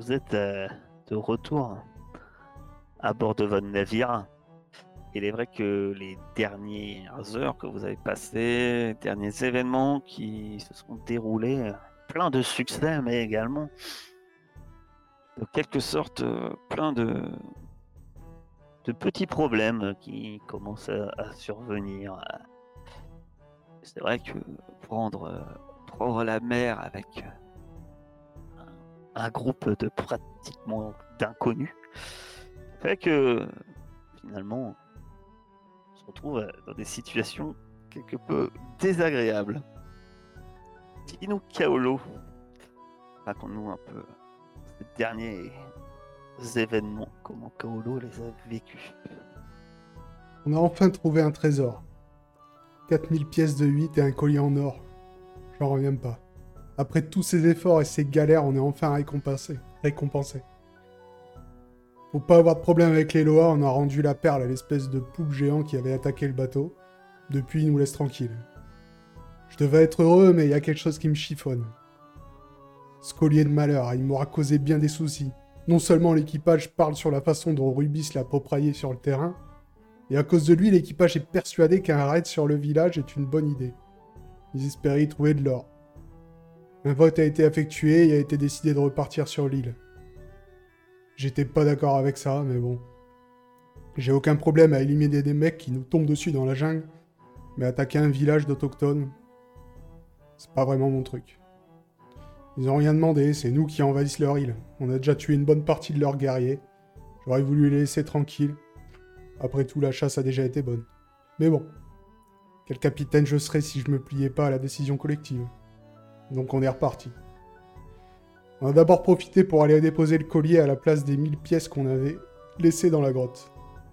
Vous êtes de retour à bord de votre navire. Il est vrai que les dernières heures que vous avez passées, les derniers événements qui se sont déroulés, plein de succès, mais également, de quelque sorte, plein de petits problèmes qui commencent à survenir. C'est vrai que prendre, prendre la mer avec un groupe de pratiquement d'inconnus fait que finalement on se retrouve dans des situations quelque peu désagréables. Dis-nous, Kaolo, raconte-nous un peu ces derniers événements, comment Kaolo les a vécus. On a enfin trouvé un trésor. 4000 pièces de 8 et un collier en or. J'en reviens pas. Après tous ces efforts et ces galères, on est enfin récompensé. Faut pas avoir de problème avec les Loa, on a rendu la perle à l'espèce de poulpe géant qui avait attaqué le bateau. Depuis, il nous laisse tranquille. Je devais être heureux, mais il y a quelque chose qui me chiffonne. Ce collier de malheur, il m'aura causé bien des soucis. Non seulement l'équipage parle sur la façon dont Rubis l'a approprié sur le terrain, et à cause de lui, l'équipage est persuadé qu'un raid sur le village est une bonne idée. Ils espéraient y trouver de l'or. Un vote a été effectué et il a été décidé de repartir sur l'île. J'étais pas d'accord avec ça, mais bon. J'ai aucun problème à éliminer des mecs qui nous tombent dessus dans la jungle, mais attaquer un village d'autochtones, c'est pas vraiment mon truc. Ils ont rien demandé, c'est nous qui envahissent leur île. On a déjà tué une bonne partie de leurs guerriers. J'aurais voulu les laisser tranquilles. Après tout, la chasse a déjà été bonne. Mais bon. Quel capitaine je serais si je me pliais pas à la décision collective. Donc on est reparti. On a d'abord profité pour aller déposer le collier à la place des 1000 pièces qu'on avait laissées dans la grotte.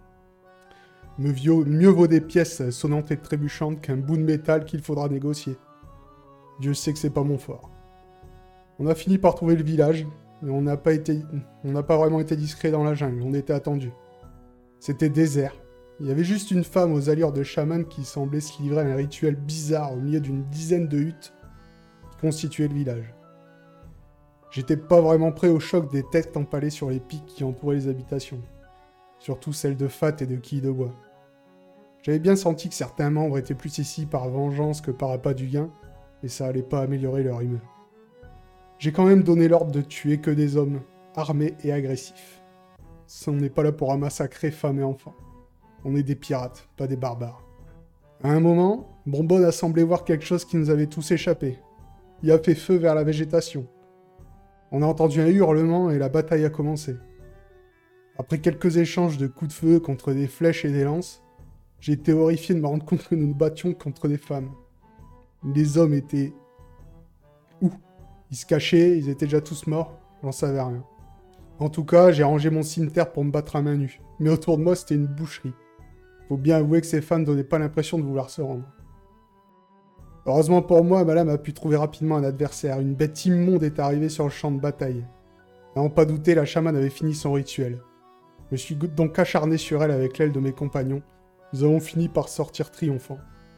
Mieux vaut des pièces sonnantes et trébuchantes qu'un bout de métal qu'il faudra négocier. Dieu sait que c'est pas mon fort. On a fini par trouver le village, mais on n'a pas vraiment été discret dans la jungle, on était attendu. C'était désert. Il y avait juste une femme aux allures de chaman qui semblait se livrer à un rituel bizarre au milieu d'une dizaine de huttes qui constituaient le village. J'étais pas vraiment prêt au choc des têtes empalées sur les pics qui entouraient les habitations. Surtout celles de Fat et de quilles de bois. J'avais bien senti que certains membres étaient plus ici par vengeance que par appât du gain, et ça allait pas améliorer leur humeur. J'ai quand même donné l'ordre de tuer que des hommes, armés et agressifs. On n'est pas là pour massacrer femmes et enfants. On est des pirates, pas des barbares. À un moment, Bonbonne a semblé voir quelque chose qui nous avait tous échappé. Il a fait feu vers la végétation. On a entendu un hurlement et la bataille a commencé. Après quelques échanges de coups de feu contre des flèches et des lances, j'ai été horrifié de me rendre compte que nous nous battions contre des femmes. Les hommes étaient... où? Ils se cachaient, ils étaient déjà tous morts, j'en savais rien. En tout cas, j'ai rangé mon cimetière pour me battre à main nue. Mais autour de moi, c'était une boucherie. Faut bien avouer que ces femmes donnaient pas l'impression de vouloir se rendre. Heureusement pour moi, ma lame a pu trouver rapidement un adversaire. Une bête immonde est arrivée sur le champ de bataille. N'en pas douter, la chamane avait fini son rituel. Je me suis donc acharné sur elle avec l'aile de mes compagnons. Nous avons fini par sortir triomphants.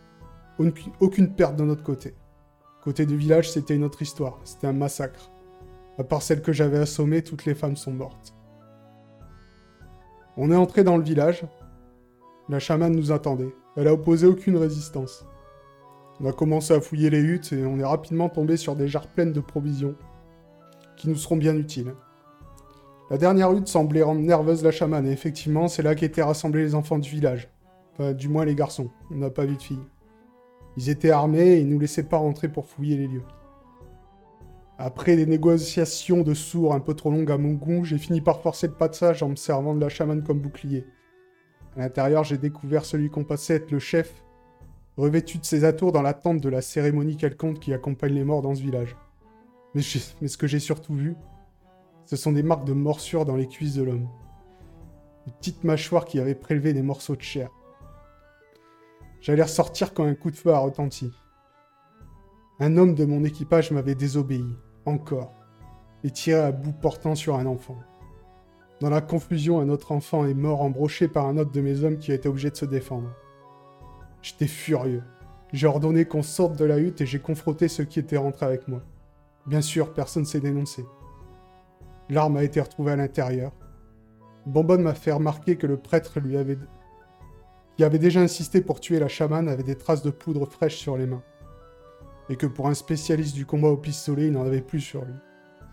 Aucune perte de notre côté. Côté du village, c'était une autre histoire. C'était un massacre. À part celle que j'avais assommée, toutes les femmes sont mortes. On est entré dans le village. La chamane nous attendait. Elle a opposé aucune résistance. On a commencé à fouiller les huttes et on est rapidement tombé sur des jarres pleines de provisions qui nous seront bien utiles. La dernière hutte semblait rendre nerveuse la chamane et effectivement, c'est là qu'étaient rassemblés les enfants du village. Enfin, du moins les garçons. On n'a pas vu de filles. Ils étaient armés et ils nous laissaient pas rentrer pour fouiller les lieux. Après des négociations de sourds un peu trop longues à mon goût, j'ai fini par forcer le passage en me servant de la chamane comme bouclier. À l'intérieur, j'ai découvert celui qu'on pensait être le chef, revêtu de ses atours dans l'attente de la cérémonie quelconque qui accompagne les morts dans ce village. Mais ce que j'ai surtout vu, ce sont des marques de morsures dans les cuisses de l'homme. Une petite mâchoire qui avait prélevé des morceaux de chair. J'allais ressortir quand un coup de feu a retenti. Un homme de mon équipage m'avait désobéi, encore, et tiré à bout portant sur un enfant. Dans la confusion, un autre enfant est mort embroché par un autre de mes hommes qui a été obligé de se défendre. J'étais furieux. J'ai ordonné qu'on sorte de la hutte et j'ai confronté ceux qui étaient rentrés avec moi. Bien sûr, personne s'est dénoncé. L'arme a été retrouvée à l'intérieur. Bonbonne m'a fait remarquer que le prêtre qui avait déjà insisté pour tuer la chamane avait des traces de poudre fraîche sur les mains. Et que pour un spécialiste du combat au pistolet, il n'en avait plus sur lui.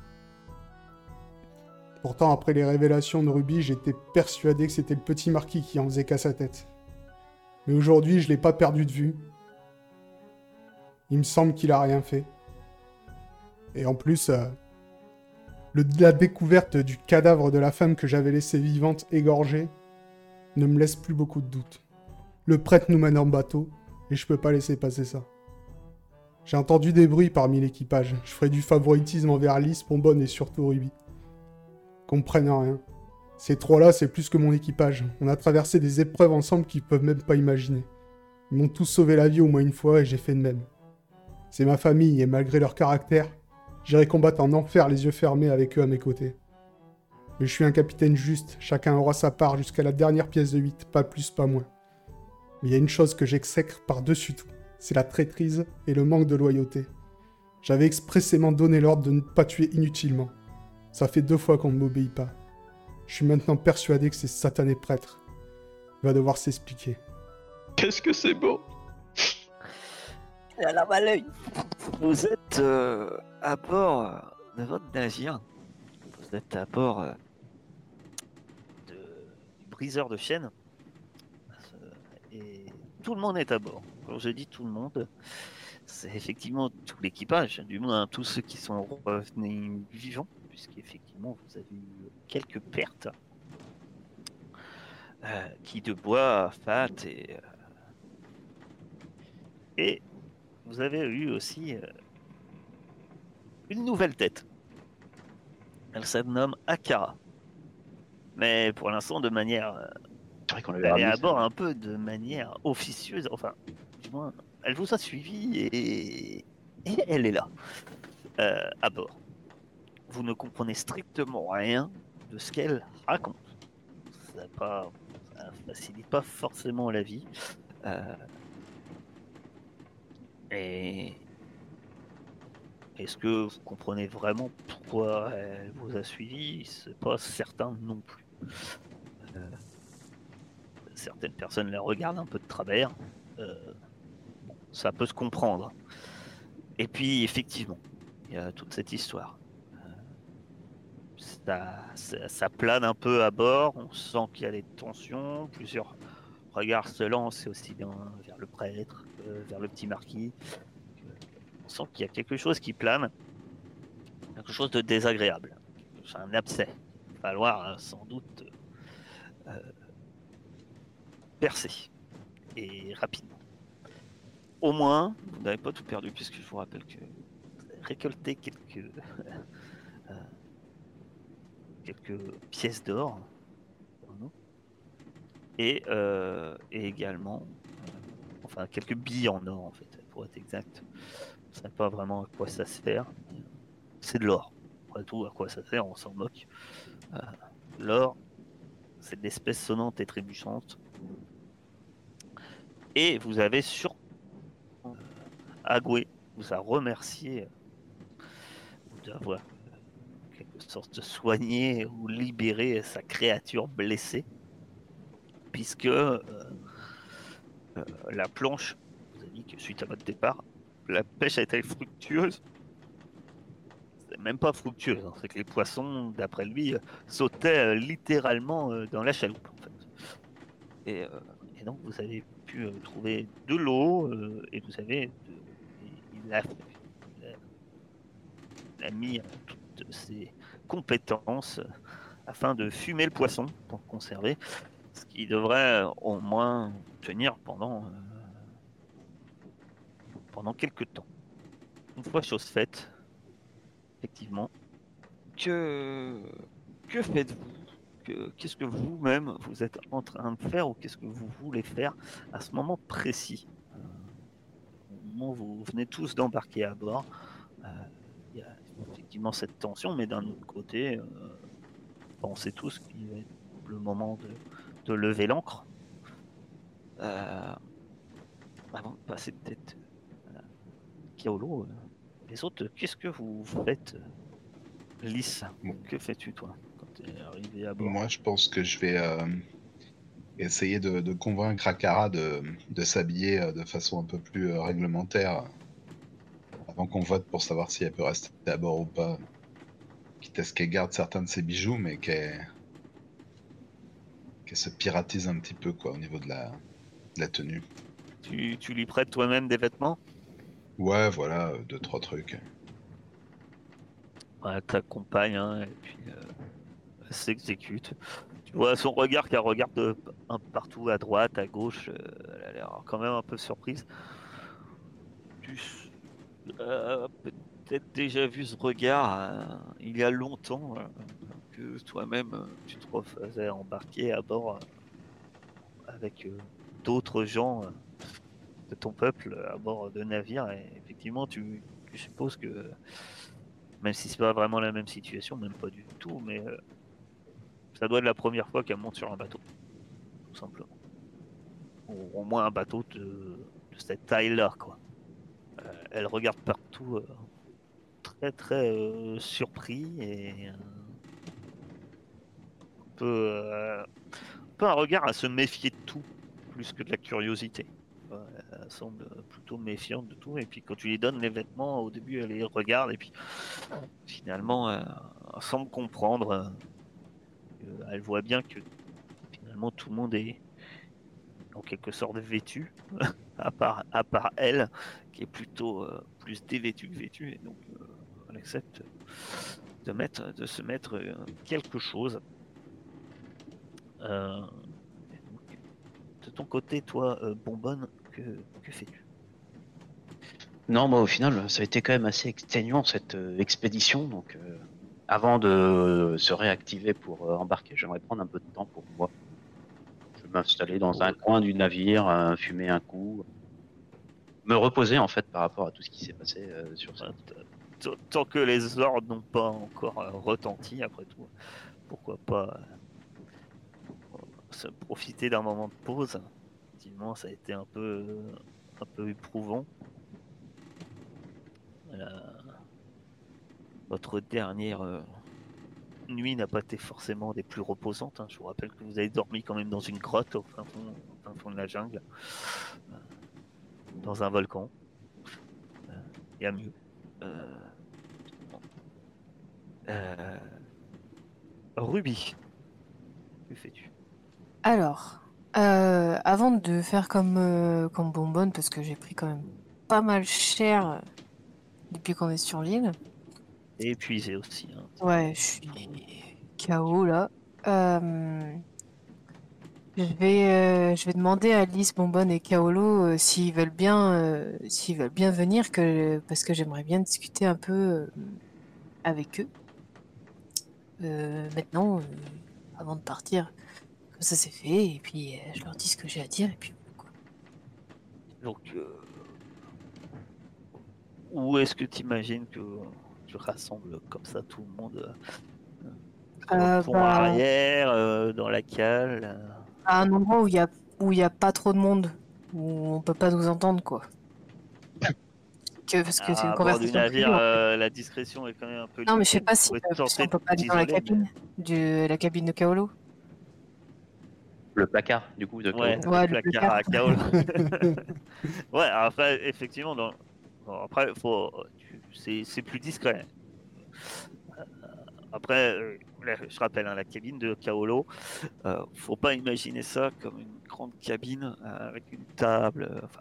Pourtant, après les révélations de Ruby, j'étais persuadé que c'était le petit marquis qui en faisait qu'à sa tête. Mais aujourd'hui, je l'ai pas perdu de vue. Il me semble qu'il a rien fait. Et en plus, la découverte du cadavre de la femme que j'avais laissée vivante égorgée ne me laisse plus beaucoup de doutes. Le prêtre nous mène en bateau, et je peux pas laisser passer ça. J'ai entendu des bruits parmi l'équipage. Je ferai du favoritisme envers Alice, Bonbonne et surtout Ruby. Comprennent rien. Ces trois-là, c'est plus que mon équipage. On a traversé des épreuves ensemble qu'ils peuvent même pas imaginer. Ils m'ont tous sauvé la vie au moins une fois et j'ai fait de même. C'est ma famille et malgré leur caractère, j'irai combattre en enfer les yeux fermés avec eux à mes côtés. Mais je suis un capitaine juste, chacun aura sa part jusqu'à la dernière pièce de 8, pas plus, pas moins. Mais il y a une chose que j'exècre par-dessus tout, c'est la traîtrise et le manque de loyauté. J'avais expressément donné l'ordre de ne pas tuer inutilement. Ça fait 2 fois qu'on ne m'obéit pas. Je suis maintenant persuadé que c'est satané prêtre. Il va devoir s'expliquer. Qu'est-ce que c'est beau! Il a la à l'œil. Vous êtes à bord de votre navire. Vous êtes à bord du briseur de chaîne. Et tout le monde est à bord. Quand je dis tout le monde, c'est effectivement tout l'équipage, du moins tous ceux qui sont revenus vivants, puisqu'effectivement vous avez eu quelques pertes. Qui de bois, fat et vous avez eu aussi une nouvelle tête. Elle se nomme Akara. Mais pour l'instant de manière... C'est vrai qu'on elle l'avait est à ramené. bord un peu de manière officieuse, enfin, du moins, elle vous a suivi et elle est là, à bord. Vous ne comprenez strictement rien de ce qu'elle raconte. Ça facilite pas forcément la vie. Et est-ce que vous comprenez vraiment pourquoi elle vous a suivi? C'est pas certain non plus. Certaines personnes la regardent un peu de travers. Bon, ça peut se comprendre. Et puis, effectivement, il y a toute cette histoire. Ça plane un peu à bord. On sent qu'il y a des tensions. Plusieurs regards se lancent aussi bien vers le prêtre, vers le petit marquis. On sent qu'il y a quelque chose qui plane. Quelque chose de désagréable. C'est un abcès. Il va falloir sans doute percer. Et rapidement. Au moins, vous n'avez pas tout perdu, puisque je vous rappelle que vous avez récolté quelques pièces d'or. Et également, enfin, quelques billes en or, en fait, pour être exact. Je ne sais pas vraiment à quoi ça sert. C'est de l'or. Après tout, à quoi ça sert, on s'en moque. L'or, c'est de l'espèce sonnante et trébuchante. Et vous avez Agoué vous a remercié d'avoir en quelque sorte soigné ou libéré sa créature blessée, puisque la planche vous a dit que suite à votre départ, la pêche a été fructueuse. C'est même pas fructueuse, hein. C'est que les poissons, d'après lui, sautaient littéralement dans la chaloupe. En fait. Et donc vous avez pu trouver de l'eau et vous avez il a mis toutes ses compétences afin de fumer le poisson pour le conserver, ce qui devrait au moins tenir pendant quelques temps. Une fois chose faite, effectivement, que faites-vous? Qu'est-ce que vous-même vous êtes en train de faire ou qu'est-ce que vous voulez faire à ce moment précis? Au moment où vous venez tous d'embarquer à bord, il y a effectivement cette tension, mais d'un autre côté, pensez tous qu'il va être le moment de lever l'ancre. Avant de passer peut-être, euh, Kaolo, les autres, qu'est-ce que vous faites? Vous êtes en train de faire ou qu'est-ce que vous voulez faire à ce moment précis? Au moment où vous venez tous d'embarquer à bord, il y a effectivement cette tension, mais d'un autre côté, pensez tous qu'il va être le moment de lever l'ancre. Avant de passer peut-être, Kaolo, les autres, qu'est-ce que vous faites? Lys, Bon. que fais-tu toi quand tu es arrivé à bord? Moi, je pense que je vais essayer de convaincre Akara de s'habiller de façon un peu plus réglementaire avant qu'on vote pour savoir si elle peut rester à bord ou pas. Quitte à ce qu'elle garde certains de ses bijoux, mais qu'elle se piratise un petit peu quoi, au niveau de la tenue. Tu lui prêtes toi-même des vêtements? Ouais, voilà, 2-3 trucs. Ouais, t'accompagnes, hein, et puis elle s'exécute. Tu vois son regard qu'elle regarde un peu partout, à droite, à gauche. Elle a l'air quand même un peu surprise. Tu as peut-être déjà vu ce regard il y a longtemps que toi-même tu te refaisais embarquer à bord avec d'autres gens de ton peuple à bord de navires. Et effectivement, tu supposes que même si c'est pas vraiment la même situation, même pas du tout, mais ça doit être la première fois qu'elle monte sur un bateau, tout simplement. Ou au moins un bateau de cette taille-là, quoi. Elle regarde partout, très très surpris et un peu un regard à se méfier de tout, plus que de la curiosité. Elle semble plutôt méfiante de tout, et puis quand tu lui donnes les vêtements, au début elle les regarde, et puis finalement elle semble comprendre. Elle voit bien que finalement tout le monde est en quelque sorte vêtu, à part elle, qui est plutôt plus dévêtue que vêtue, et donc elle accepte de se mettre quelque chose. Euh, donc, de ton côté, toi, Bonbonne, que fais-tu? Non, moi au final, ça a été quand même assez exténuant cette expédition. Donc, avant de se réactiver pour embarquer, j'aimerais prendre un peu de temps pour moi. Je vais m'installer dans un coin du navire, fumer un coup, me reposer en fait par rapport à tout ce qui s'est passé sur cette. Tant que les ordres n'ont pas encore retenti, après tout, pourquoi pas se profiter d'un moment de pause. Effectivement, ça a été un peu éprouvant. Votre dernière nuit n'a pas été forcément des plus reposantes, hein. Je vous rappelle que vous avez dormi quand même dans une grotte au fin fond de la jungle, euh, dans un volcan. Il y a mieux. Euh, euh, Ruby, que fais-tu? Alors, avant de faire comme Bonbonne, parce que j'ai pris quand même pas mal cher depuis qu'on est sur l'île. Et épuisé aussi, hein. Ouais, je suis KO là. Je vais demander à Alice, Bonbonne et Kaolo s'ils veulent bien venir, parce que j'aimerais bien discuter un peu avec eux. Maintenant, avant de partir, comme ça c'est fait, et puis je leur dis ce que j'ai à dire, et puis quoi. Donc, où est-ce que tu imagines que tu rassembles comme ça tout le monde sur le pont Bah, arrière, dans la cale à un endroit où il y a pas trop de monde, où on peut pas nous entendre, quoi. Parce que c'est une à bord du conversation navire, privée, en fait. la discrétion est quand même un peu Non, mais je sais limitée. pas Vous si, pouvez si tenter on peut de pas aller dans la t'isoler, mais cabine, la cabine de Kaolo. Le placard du coup de ouais, Kaolo. le Ouais, le placard à placard. Kaol. Ouais, après, effectivement, bon, après, c'est plus discret. Après, là, je rappelle, hein, la cabine de Kaolo, faut pas imaginer ça comme une grande cabine avec une table. Enfin,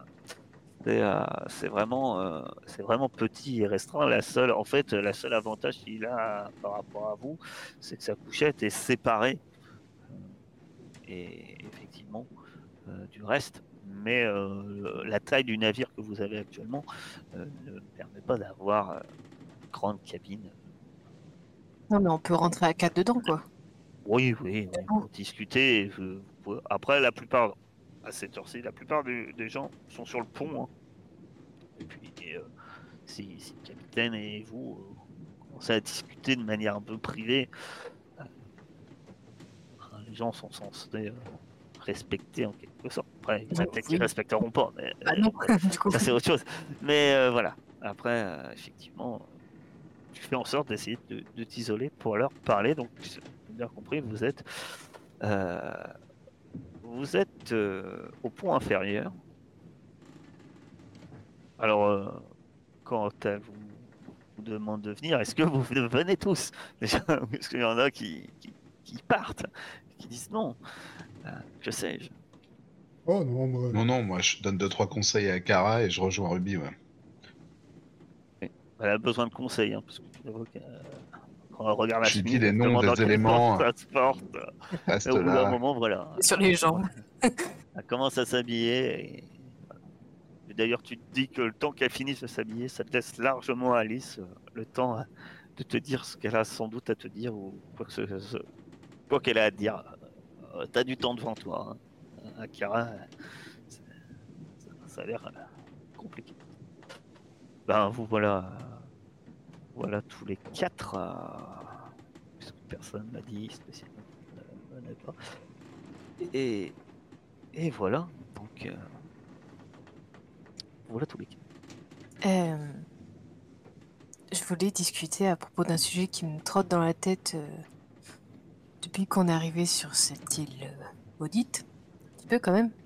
c'est vraiment petit et restreint. En fait, la seule avantage qu'il a par rapport à vous, c'est que sa couchette est séparée et effectivement du reste. Mais la taille du navire que vous avez actuellement ne permet pas d'avoir une grande cabine. Non, mais on peut rentrer à 4 dedans, quoi. Oui, Oh. pour discuter. Après, à cette heure-ci, la plupart des gens sont sur le pont, hein. Et puis, si le capitaine et vous commencez à discuter de manière un peu privée, euh, les gens sont censés respecter en quelque sorte. Après, il y en a peut-être qui Oui. respecteront pas, mais Bah non, du coup. ça c'est autre chose. Mais voilà. Après, effectivement, tu fais en sorte d'essayer de t'isoler pour leur parler. Donc, j'ai bien compris, euh, vous êtes au pont inférieur. Alors, quand elle vous demande de venir, est-ce que vous venez tous? Déjà, parce qu'il y en a qui partent, qui disent non. Je sais. Oh non, moi. Non, moi je donne 2-3 conseils à Kara et je rejoins Ruby, ouais. Elle a besoin de conseils, hein, parce que je t'avoue quand elle regarde la Je lui dis chemise, les elle se noms demande dans des quel sens éléments, ça se porte. Mais reste au bout d'un là. moment, voilà. Sur les jambes. Elle commence à s'habiller. Et d'ailleurs, tu te dis que le temps qu'elle finisse de s'habiller, ça te laisse largement à Alice le temps de te dire ce qu'elle a sans doute à te dire ou quoi qu'elle a à te dire. T'as du temps devant toi. Hein. Akira, ça a l'air compliqué. Ben, vous voilà tous les quatre. Puisque personne m'a dit spécialement. D'accord. Et, et voilà. Donc, voilà tous les quatre. Euh, je voulais discuter à propos d'un sujet qui me trotte dans la tête depuis qu'on est arrivé sur cette île maudite. Un petit peu quand même.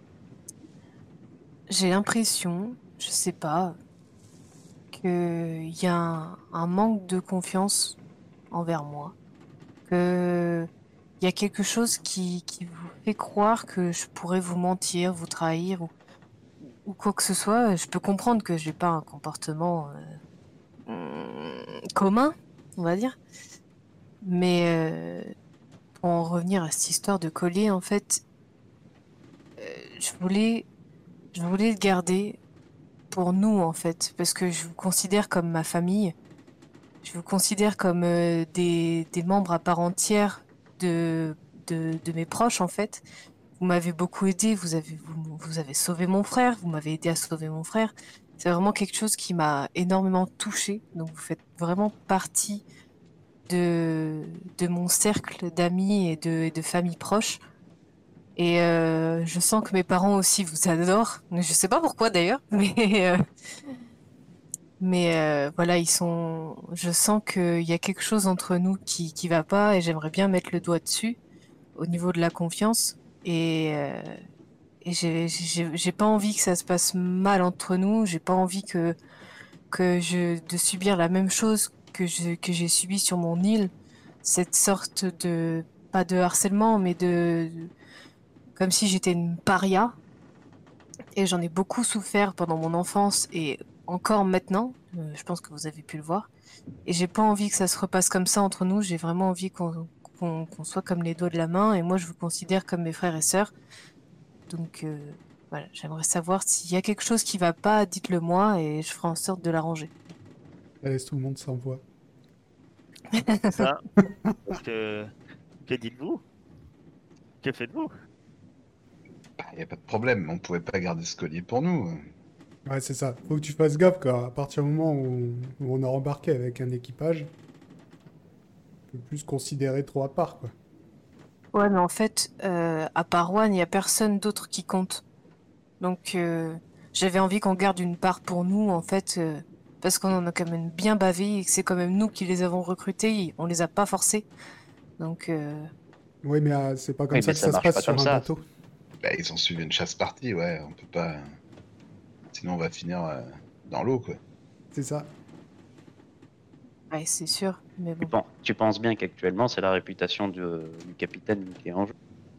J'ai l'impression, je sais pas, qu'il y a un manque de confiance envers moi. Que il y a quelque chose qui vous fait croire que je pourrais vous mentir, vous trahir ou quoi que ce soit. Je peux comprendre que j'ai pas un comportement commun, on va dire. Mais pour en revenir à cette histoire de collier, en fait, je voulais le garder pour nous, en fait, parce que je vous considère comme ma famille. Je vous considère comme des membres à part entière de mes proches, en fait. Vous m'avez beaucoup aidé, vous avez sauvé mon frère, vous m'avez aidé à sauver mon frère. C'est vraiment quelque chose qui m'a énormément touchée. Donc vous faites vraiment partie de mon cercle d'amis et de famille proches. Et je sens que mes parents aussi vous adorent. Je sais pas pourquoi d'ailleurs, mais voilà, je sens qu'il y a quelque chose entre nous qui va pas et j'aimerais bien mettre le doigt dessus au niveau de la confiance. Et j'ai pas envie que ça se passe mal entre nous. J'ai pas envie de subir la même chose que j'ai subi sur mon île. Cette sorte de, pas de harcèlement, mais comme si j'étais une paria. Et j'en ai beaucoup souffert pendant mon enfance et encore maintenant. Je pense que vous avez pu le voir. Et j'ai pas envie que ça se repasse comme ça entre nous. J'ai vraiment envie qu'on soit comme les doigts de la main. Et moi, je vous considère comme mes frères et sœurs. Donc voilà, j'aimerais savoir s'il y a quelque chose qui va pas, dites-le moi et je ferai en sorte de l'arranger. Laisse tout le monde sans voix. Ça, que dites-vous? Que faites-vous? Y a pas de problème, on pouvait pas garder ce collier pour nous. Ouais, c'est ça. Faut que tu fasses gaffe, quoi. À partir du moment où on a embarqué avec un équipage, on peut plus se considérer trop à part, quoi. Ouais, mais en fait, à part Juan, il y a personne d'autre qui compte. Donc j'avais envie qu'on garde une part pour nous, en fait, parce qu'on en a quand même bien bavé et que c'est quand même nous qui les avons recrutés. On les a pas forcés. Donc Oui, mais c'est pas comme Oui, ça mais que ça ça se marche passe pas sur comme un ça. bateau. Bah, ils ont suivi une chasse partie, ouais, on peut pas. Sinon, on va finir dans l'eau, quoi. C'est ça. ouais, c'est sûr. Mais bon. Tu penses bien qu'actuellement, c'est la réputation du capitaine qui est en jeu.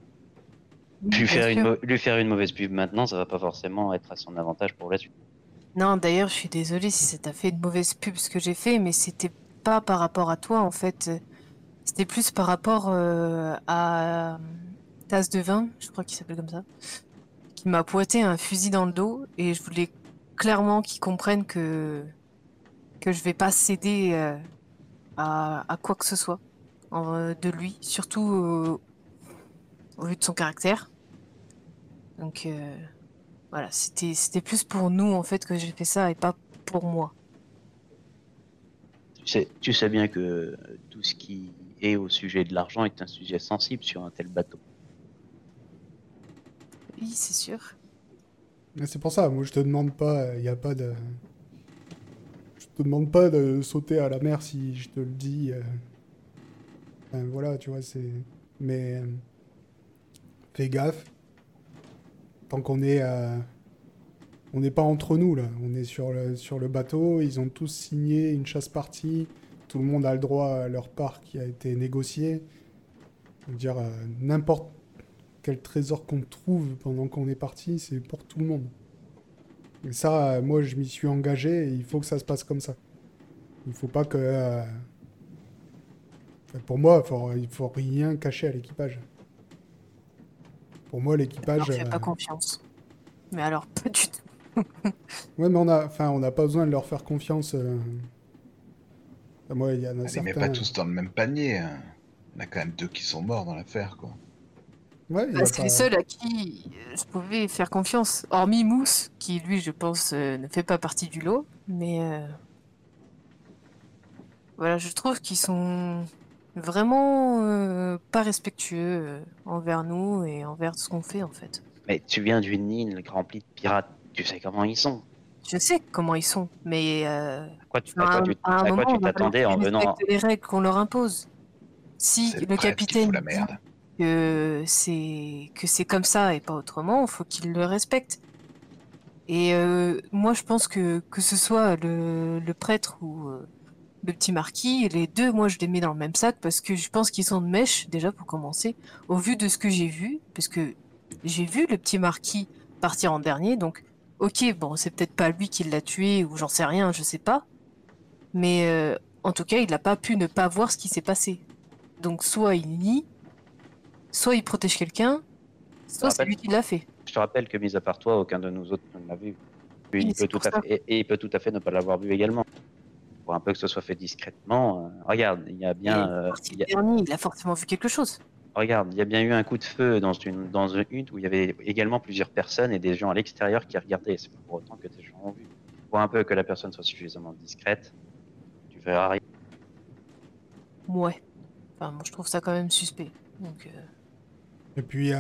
Bien sûr. Lui faire une mauvaise pub maintenant, ça va pas forcément être à son avantage pour la suite. Non, d'ailleurs, je suis désolée si ça t'a fait une mauvaise pub ce que j'ai fait, mais c'était pas par rapport à toi, en fait. C'était plus par rapport à Tasse de vin, je crois qu'il s'appelle comme ça, qui m'a pointé un fusil dans le dos et je voulais clairement qu'il comprenne que je vais pas céder à quoi que ce soit de lui, surtout au vu de son caractère. Donc voilà, c'était plus pour nous en fait que j'ai fait ça et pas pour moi. Tu sais bien que tout ce qui est au sujet de l'argent est un sujet sensible sur un tel bateau. Oui, c'est sûr. Mais c'est pour ça, moi je te demande pas, il y a pas de... Je te te demande pas de sauter à la mer si je te le dis. Enfin, voilà, tu vois, c'est. Mais fais gaffe. Tant qu'on est. On n'est pas entre nous, là. On est sur le bateau. Ils ont tous signé une chasse-partie. Tout le monde a le droit à leur part qui a été négociée. Je veux dire, n'importe quel trésor qu'on trouve pendant qu'on est parti, c'est pour tout le monde. Et ça, moi, je m'y suis engagé et il faut que ça se passe comme ça. Il faut pas que... pour moi, il faut rien cacher à l'équipage. Pour moi, l'équipage... Je leur fais pas confiance. Mais alors, pas du tout. Ouais, mais on n'a pas besoin de leur faire confiance. Moi, il y en a On les met certains... pas tous dans le même panier. Hein. Il y en a quand même 2 qui sont morts dans l'affaire, quoi. Ouais, il y Bah, a c'est pas... les seuls à qui je pouvais faire confiance. Hormis Mousse, qui lui, je pense, ne fait pas partie du lot. Mais voilà, je trouve qu'ils sont vraiment pas respectueux envers nous et envers ce qu'on fait en fait. Mais tu viens d'une île remplie de pirates. Tu sais comment ils sont. Je sais comment ils sont, mais À quoi tu à un moment, tu il va falloir t'attendais en qu'ils venant? respectent les règles qu'on leur impose. Si C'est le le prêtre qui fout capitaine la dit merde. que c'est comme ça et pas autrement, il faut qu'il le respecte. Et moi, je pense que ce soit le prêtre ou le petit marquis, les deux, moi, je les mets dans le même sac parce que je pense qu'ils sont de mèche, déjà pour commencer, au vu de ce que j'ai vu, parce que j'ai vu le petit marquis partir en dernier, donc ok, bon, c'est peut-être pas lui qui l'a tué ou j'en sais rien, je sais pas, mais en tout cas, il n'a pas pu ne pas voir ce qui s'est passé. Donc soit il nie, soit il protège quelqu'un, soit c'est lui qui l'a fait. Je te rappelle que, mis à part toi, aucun de nous autres ne l'a vu. Oui, Il peut tout à fait, et il peut tout à fait ne pas l'avoir vu également. Pour un peu que ce soit fait discrètement. Regarde, il y a bien, dernier, il a forcément vu quelque chose. regarde, il y a bien eu un coup de feu dans une hutte où il y avait également plusieurs personnes et des gens à l'extérieur qui regardaient. C'est pas pour autant que ces gens ont vu. Pour un peu que la personne soit suffisamment discrète, tu verras rien. Ouais. Enfin, moi, je trouve ça quand même suspect. Donc, Et puis,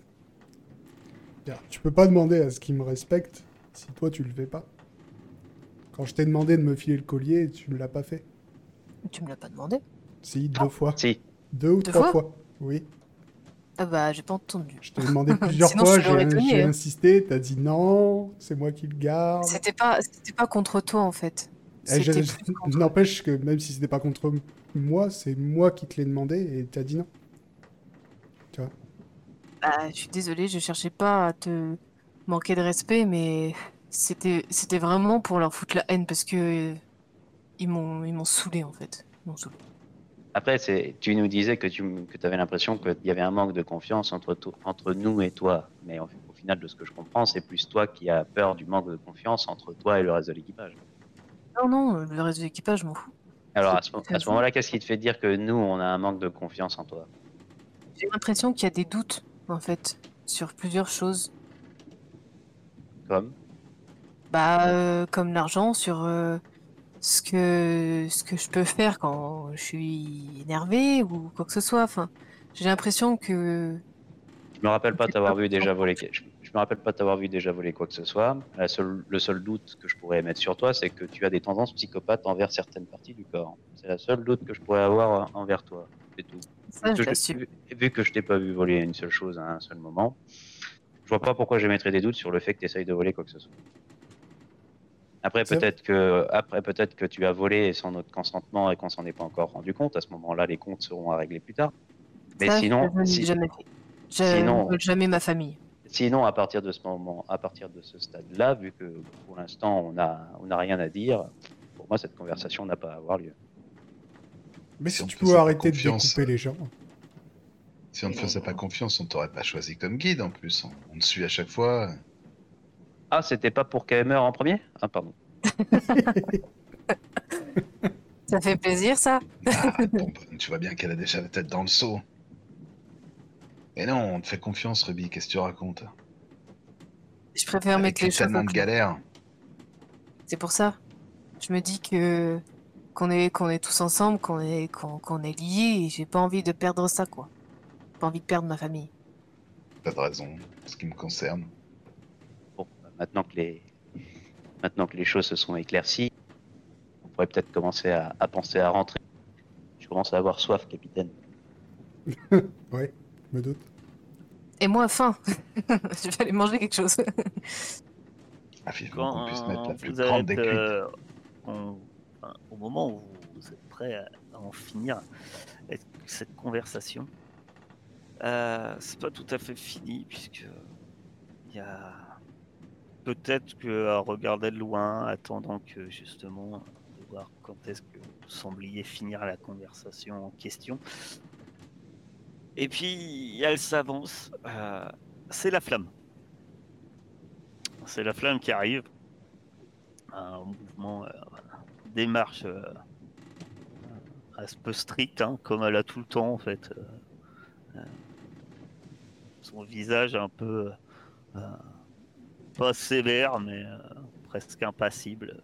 tu peux pas demander à ce qu'ils me respectent si toi, tu le fais pas. Quand je t'ai demandé de me filer le collier, tu me l'as pas fait. tu me l'as pas demandé? Si, 2 fois. Si, 2 ou 3 fois. Oui. Ah bah, j'ai pas entendu. Je t'ai demandé plusieurs Sinon, fois, je l'aurais donné, j'ai hein. insisté, t'as dit non, c'est moi qui le garde. C'était pas contre toi, en fait. Eh, C'était plus contre... N'empêche que même si c'était pas contre moi, c'est moi qui te l'ai demandé et t'as dit non. Tu vois. Bah, je suis désolée, je cherchais pas à te manquer de respect, mais c'était vraiment pour leur foutre la haine parce que ils m'ont saoulé, en fait. Ils m'ont saoulé. après, tu nous disais que tu avais l'impression qu'il y avait un manque de confiance entre nous et toi. Mais au final, de ce que je comprends, c'est plus toi qui as peur du manque de confiance entre toi et le reste de l'équipage. Non, le reste de l'équipage, je m'en fous. Alors, à ce moment-là, qu'est-ce qui te fait dire que nous, on a un manque de confiance en toi? J'ai l'impression qu'il y a des doutes, en fait, sur plusieurs choses. Comme? Bah, comme l'argent, sur ce que je peux faire quand je suis énervé ou quoi que ce soit. Enfin, j'ai l'impression que Je me rappelle pas c'est t'avoir pas vu déjà voler. confiance. Je me rappelle pas t'avoir vu déjà voler quoi que ce soit. Le seul doute que je pourrais mettre sur toi, c'est que tu as des tendances psychopathes envers certaines parties du corps. C'est la seule doute que je pourrais avoir envers toi. C'est tout. Ça, je l'assume. Vu que je t'ai pas vu voler une seule chose à un seul moment, je vois pas pourquoi j'émettrais des doutes sur le fait que tu essayes de voler quoi que ce soit. Après, peut-être que tu as volé sans notre consentement et qu'on s'en est pas encore rendu compte. À ce moment-là, les comptes seront à régler plus tard. Mais Ça, sinon, je ne l'ai jamais fait. Je sinon- ne vole jamais ma famille. Sinon, à partir de ce moment, à partir de ce stade-là, vu que pour l'instant on n'a rien à dire, pour moi cette conversation n'a pas à avoir lieu. Mais Si si on tu te pouvais faisait pas arrêter de confiance, découper les gens. Si on ne te faisait pas confiance, on t'aurait pas choisi comme guide en plus. On te suit à chaque fois. Ah, c'était pas pour qu'elle meure en premier? Ah, pardon. Ça fait plaisir, ça? Ah, bon, tu vois bien qu'elle a déjà la tête dans le seau. Et non, on te fait confiance, Ruby, qu'est-ce que tu racontes? Je préfère Avec mettre les choses tellement au de clair. galères. C'est pour ça. Je me dis que qu'on est tous ensemble, qu'on est liés, et j'ai pas envie de perdre ça, quoi. Pas envie de perdre ma famille. Pas de raison, en ce qui me concerne. Bon, maintenant que les choses se sont éclaircies, pourrait peut-être commencer à penser à rentrer. Je commence à avoir soif, capitaine. Ouais, je me doute. Et moi, faim. Je vais aller manger quelque chose. Ah, vivement qu'on puisse mettre Quand la plus vous grande êtes des cuites. au moment où vous êtes prêt à en finir avec cette conversation, c'est pas tout à fait fini puisque il y a peut-être que à regarder de loin, attendant que justement de voir quand est-ce que vous sembliez finir la conversation en question. Et puis elle s'avance, c'est la flamme. C'est la flamme qui arrive. Un mouvement, démarche un peu strict, hein, comme elle a tout le temps en fait. Son visage un peu pas sévère, mais presque impassible,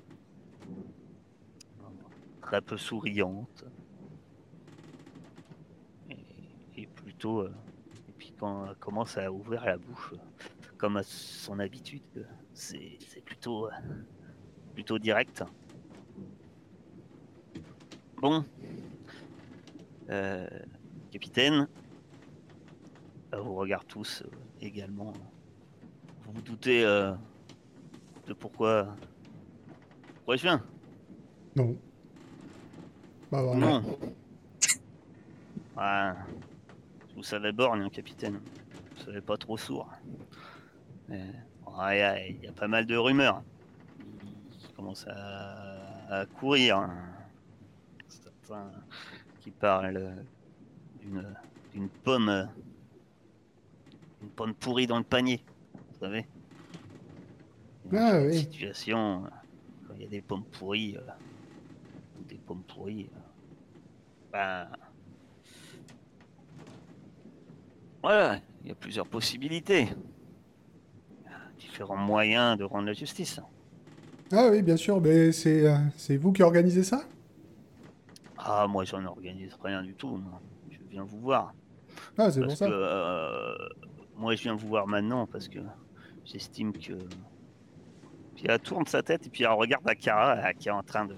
très peu souriante. Et plutôt. Et puis quand elle commence à ouvrir la bouche, comme à son habitude, c'est plutôt direct. Bon, capitaine, elle vous regarde tous également. Vous vous doutez de pourquoi je viens? Non. Bah voilà. Non. Ah, vous savez borgne, hein, capitaine. Vous savez pas trop sourd. Il y a pas mal de rumeurs qui commencent à courir, hein. Certains qui parlent d'une pomme pourrie dans le panier, vous savez. Et dans Ah cette oui. situation, quand il y a des pommes pourries, ben voilà, il y a plusieurs possibilités, différents moyens de rendre la justice. Ah oui, bien sûr, mais c'est vous qui organisez ça? Ah, moi j'en organise rien du tout, moi. Je viens vous voir. Ah, c'est pour Parce que ça. moi je viens vous voir maintenant parce que j'estime que. Puis elle tourne sa tête et puis elle regarde Akara qui est en train de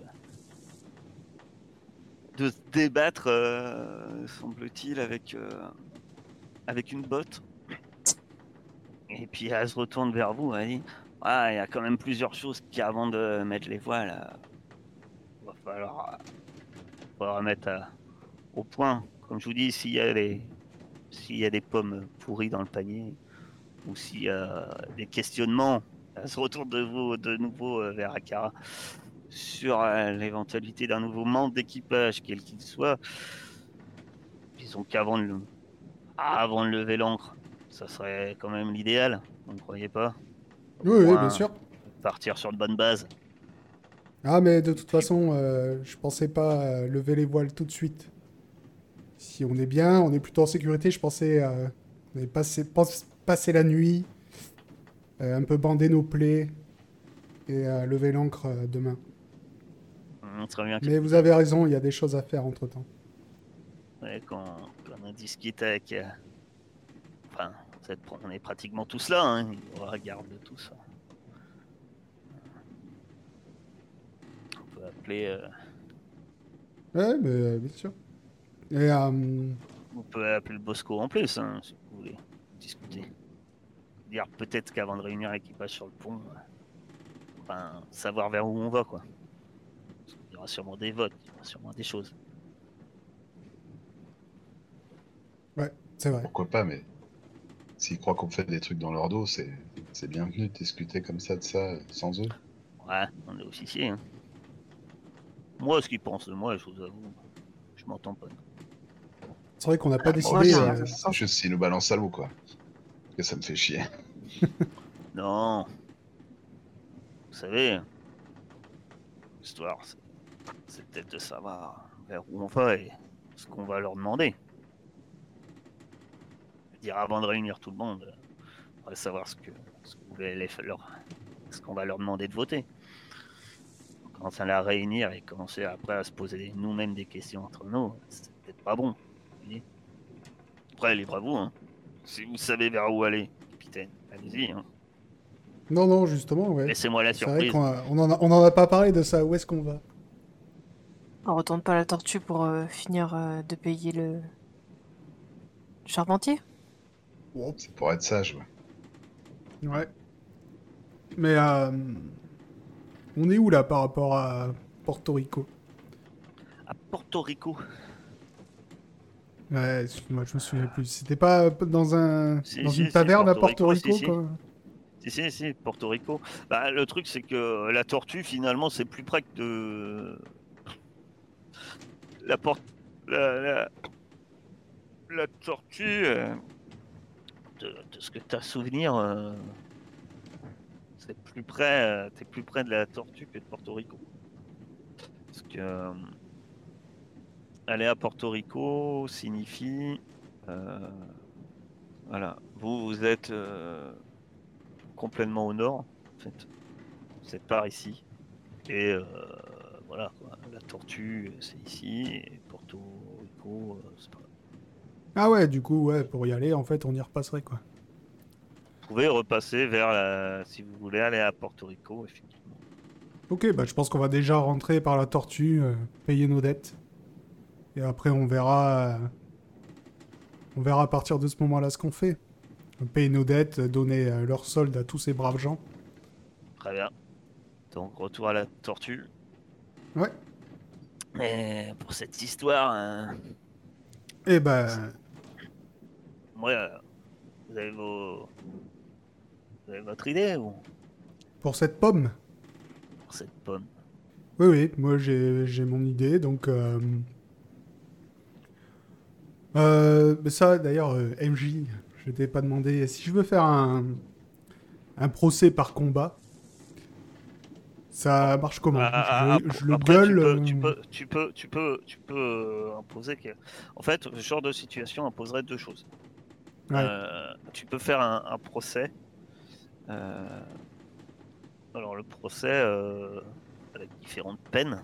se débattre, semble-t-il, avec une botte. Et puis elle se retourne vers vous, elle dit ah, il y a quand même plusieurs choses qui, avant de mettre les voiles, va falloir mettre au point. Comme je vous dis, s'il y a des pommes pourries dans le panier, ou s'il y a des questionnements, elle se retourne de nouveau vers Akara sur l'éventualité d'un nouveau membre d'équipage, quel qu'il soit. Disons qu'avant de lever l'ancre, ça serait quand même l'idéal, vous ne croyez pas? Au Oui, oui, bien moins sûr. partir sur de bonnes bases. Ah, mais de toute Puis, façon, je pensais pas lever les voiles tout de suite. Si on est bien, on est plutôt en sécurité, je pensais on allait passer la nuit, un peu bander nos plaies et lever l'ancre demain. très bien, Mais vous capitaine. avez raison, il y a des choses à faire entre-temps. Ouais, quand on discute avec. Enfin, on est pratiquement tous là, hein, ils regardent tout ça. On peut appeler. Ouais, mais bien sûr. Et On peut appeler le Bosco en plus, hein, si vous voulez discuter. Dire peut-être qu'avant de réunir l'équipage sur le pont, enfin, savoir vers où on va, quoi. Parce qu'il y aura sûrement des votes, il y aura sûrement des choses. ouais, c'est vrai. Pourquoi pas, mais s'ils croient qu'on fait des trucs dans leur dos, c'est bienvenu de discuter comme ça de ça sans eux. Ouais, on est officier, hein. Moi, ce qu'ils pensent de moi, je vous avoue, je m'entends pas. C'est vrai qu'on n'a pas Moi décidé. aussi, c'est juste s'ils nous balancent à l'eau, quoi. Parce que ça me fait chier. Non. Vous savez, l'histoire, c'est peut-être de savoir vers où on va et ce qu'on va leur demander. Je veux dire, avant de réunir tout le monde, on va savoir ce qu'on va leur demander de voter. On commence à la réunir et commencer après à se poser nous-mêmes des questions entre nous, c'est peut-être pas bon. Vous voyez. Après, libre à vous, hein. Si vous savez vers où aller, capitaine, allez-y, hein. Non, non, justement, ouais. Laissez-moi la C'est vrai surprise. qu'on on en a pas parlé de ça. Où est-ce qu'on va? On retourne pas à la tortue pour finir de payer le charpentier? C'est pour être sage, ouais. Ouais. Mais on est où là par rapport à Porto Rico? À Porto Rico. Ouais, excuse-moi, je me souviens plus. C'était pas dans Si, dans une si, taverne à Porto Porto Rico, Rico, si. quoi? Si, Porto Rico. Bah, le truc, c'est que la tortue, finalement, c'est plus près que de. La, porte... la tortue, de ce que tu as souvenir, c'est plus près, t'es plus près de la tortue que de Porto Rico. Parce que aller à Porto Rico signifie, voilà, vous êtes complètement au nord, en fait. Vous êtes par ici. Et voilà, quoi. La tortue, c'est ici, et Porto Rico, c'est pas. Ah ouais, du coup, ouais, pour y aller, en fait, on y repasserait, quoi. Vous pouvez repasser vers si vous voulez aller à Porto Rico, effectivement. Ok, bah je pense qu'on va déjà rentrer par la tortue, payer nos dettes. Et après, on verra à partir de ce moment-là ce qu'on fait. Payer nos dettes, donner leur solde à tous ces braves gens. Très bien. Donc, retour à la tortue. Ouais. Et pour cette histoire, Et ben, moi, vous avez votre idée ou pour cette pomme. pour cette pomme? Oui, oui, moi j'ai mon idée, donc... mais ça, d'ailleurs, MJ, je t'ai pas demandé si je veux faire un procès par combat. Ça marche comment? Je le Après, gueule. tu peux imposer que. En fait, ce genre de situation imposerait deux choses. Ouais. Tu peux faire un procès. Alors, le procès avec différentes peines.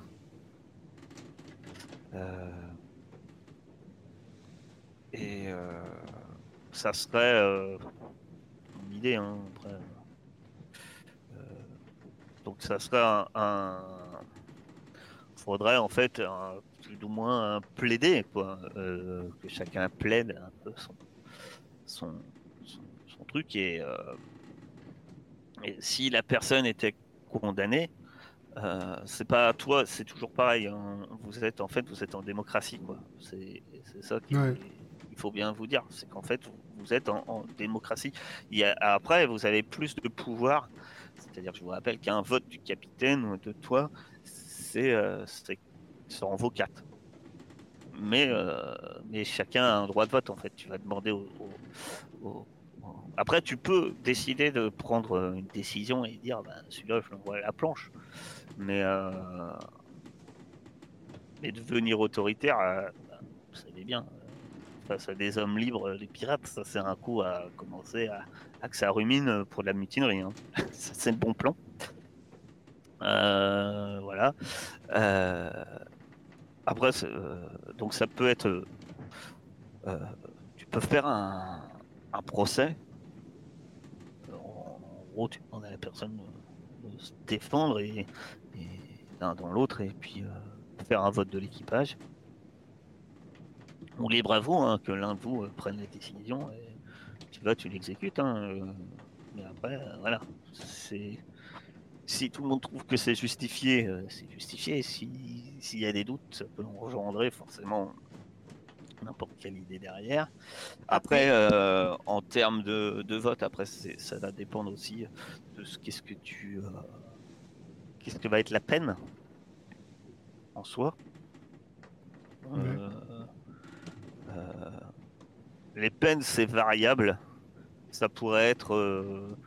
Et ça serait une idée, hein, après. Donc, ça serait faudrait en fait plus ou moins plaider, quoi. Que chacun plaide un peu son, son truc. Et si la personne était condamnée, c'est pas toi, c'est toujours pareil, hein. Vous êtes en démocratie, quoi. C'est ça Ouais. il faut bien vous dire, c'est qu'en fait vous êtes en démocratie. Après, vous avez plus de pouvoir. C'est-à-dire, je vous rappelle qu'un vote du capitaine ou de toi, ça en vaut 4. Mais chacun a un droit de vote, en fait. Tu vas demander au- Après, tu peux décider de prendre une décision et dire, bah, celui-là, je l'envoie à la planche. Mais devenir autoritaire, vous savez bien, face à des hommes libres, les pirates, ça c'est un coup à commencer à que ça rumine pour de la mutinerie, hein. Ça, c'est le bon plan. Voilà. Après, donc ça peut être. Tu peux faire un procès. En gros, tu demandes à la personne de se défendre et l'un dans l'autre, et puis faire un vote de l'équipage. On libre à vous, hein, que l'un de vous prenne la décision, et tu vas, tu l'exécutes, hein, mais après, voilà. Si tout le monde trouve que c'est justifié, c'est justifié. S'il y a des doutes, ça peut engendrer forcément n'importe quelle idée derrière. Après, en termes de vote, après, ça va dépendre aussi de qu'est-ce que va être la peine en soi. Ouais. Les peines, c'est variable. Ça pourrait être